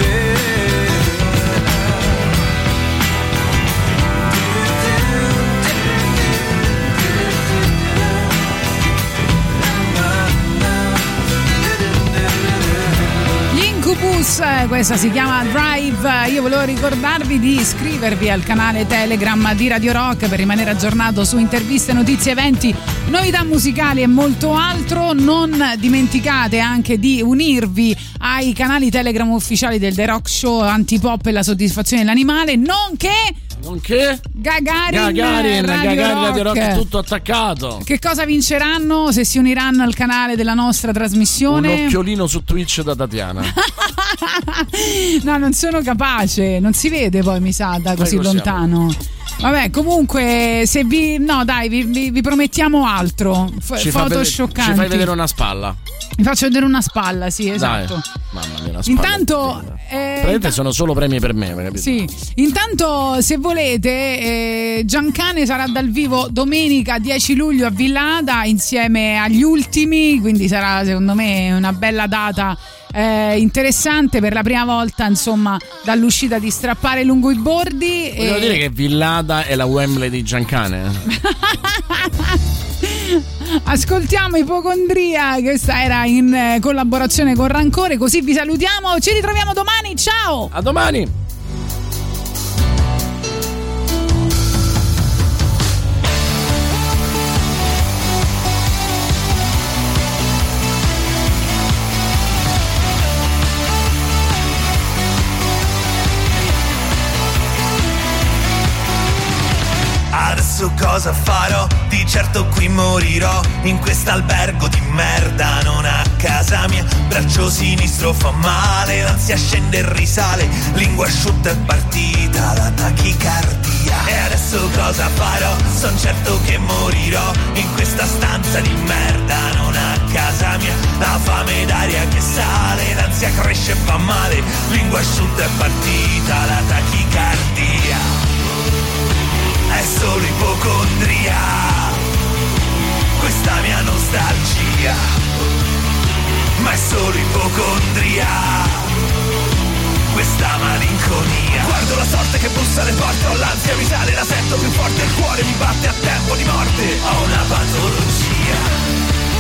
Gli Incubus, questa si chiama Drive. Io volevo ricordarvi di iscrivervi al canale Telegram di Radio Rock per rimanere aggiornato su interviste, notizie, eventi, novità musicali e molto altro. Non dimenticate anche di unirvi ai canali Telegram ufficiali del The Rock Show, Antipop e la soddisfazione dell'animale, nonché Gagarin Radio Rock, tutto attaccato. Che cosa vinceranno se si uniranno al canale della nostra trasmissione? Un occhiolino su Twitch da Tatiana. No, non sono capace, non si vede poi, mi sa, da così lontano. Vabbè, comunque, se vi promettiamo altro. Foto scioccanti. Ci fai vedere una spalla. Vi faccio vedere una spalla, sì, esatto. Dai, mamma mia, una spalla. Intanto praticamente sono solo premi per me, capito? Sì. Intanto, se volete, Giancane sarà dal vivo domenica 10 luglio a Villada insieme agli ultimi, quindi sarà secondo me una bella data interessante per la prima volta, insomma, dall'uscita di Strappare lungo i bordi. Volevo dire che Villada è la Wembley di Giancane. Ascoltiamo Ipocondria, questa era in collaborazione con Rancore, così vi salutiamo, ci ritroviamo domani, ciao! A domani! Adesso cosa farò? Di certo qui morirò in quest'albergo di merda, non a casa mia. Braccio sinistro fa male, l'ansia scende e risale, lingua asciutta è partita la tachicardia. E adesso cosa farò? Son certo che morirò in questa stanza di merda, non a casa mia. La fame d'aria che sale, l'ansia cresce e fa male, lingua asciutta è partita la tachicardia. È solo ipocondria, questa mia nostalgia, ma è solo ipocondria, questa malinconia. Guardo la sorte che bussa alle porte, ho l'ansia, mi sale, la sento più forte, il cuore mi batte a tempo di morte, ho una patologia.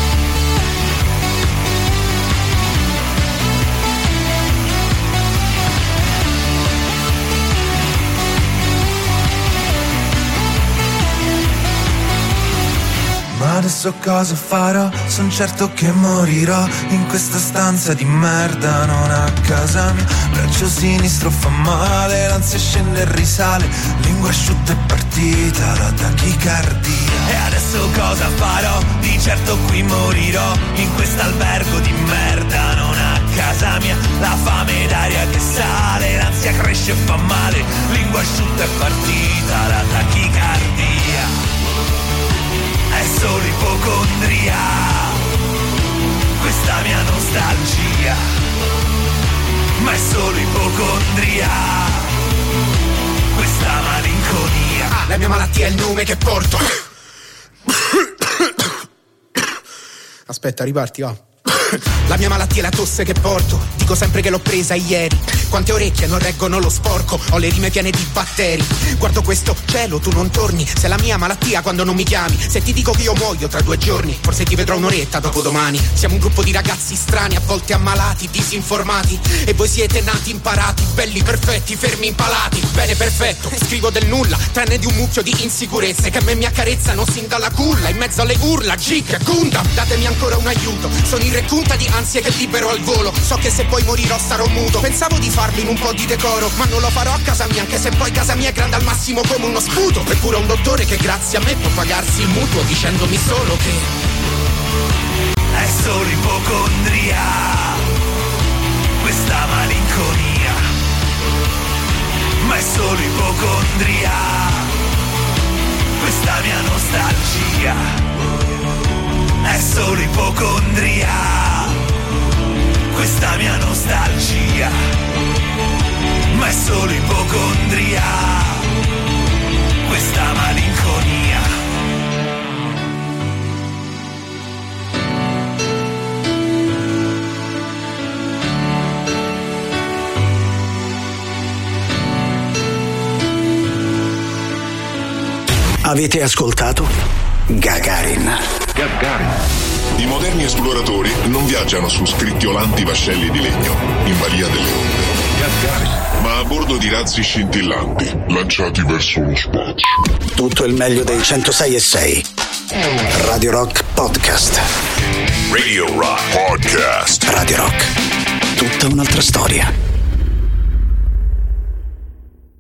Ma adesso cosa farò? Son certo che morirò in questa stanza di merda, non a casa mia. Braccio sinistro fa male, l'ansia scende e risale, lingua asciutta è partita la tachicardia. E adesso cosa farò? Di certo qui morirò in quest'albergo di merda, non a casa mia. La fame d'aria che sale, l'ansia cresce e fa male, lingua asciutta è partita la tachicardia. È solo ipocondria, questa mia nostalgia, ma è solo ipocondria, questa malinconia. La mia malattia è il nome che porto. Aspetta, riparti, va. La mia malattia è la tosse che porto, dico sempre che l'ho presa ieri. Quante orecchie non reggono lo sporco, ho le rime piene di batteri. Guardo questo cielo, tu non torni, sei la mia malattia quando non mi chiami. Se ti dico che io muoio tra 2 giorni, forse ti vedrò un'oretta dopo domani. Siamo un gruppo di ragazzi strani, a volte ammalati, disinformati. E voi siete nati imparati, belli, perfetti, fermi, impalati. Bene, perfetto, scrivo del nulla, tranne di un mucchio di insicurezze che a me mi accarezzano sin dalla culla. In mezzo alle urla, Gic, Gunda, datemi ancora un aiuto. Sono in recunta di ansie che libero al volo. So che se poi morirò sarò muto. Pensavo di farlo in un po' di decoro, ma non lo farò a casa mia, anche se poi casa mia è grande al massimo come uno sputo. Eppure ho un dottore che grazie a me può pagarsi il mutuo, dicendomi solo che è solo ipocondria, questa malinconia, ma è solo ipocondria, questa mia nostalgia. È solo ipocondria, questa mia nostalgia, ma è solo ipocondria, questa malinconia. Avete ascoltato Gagarin. I moderni esploratori non viaggiano su scricchiolanti vascelli di legno in balia delle onde, ma a bordo di razzi scintillanti lanciati verso lo spazio. Tutto il meglio dei 106.6 Radio Rock Podcast. Radio Rock Podcast. Radio Rock, tutta un'altra storia.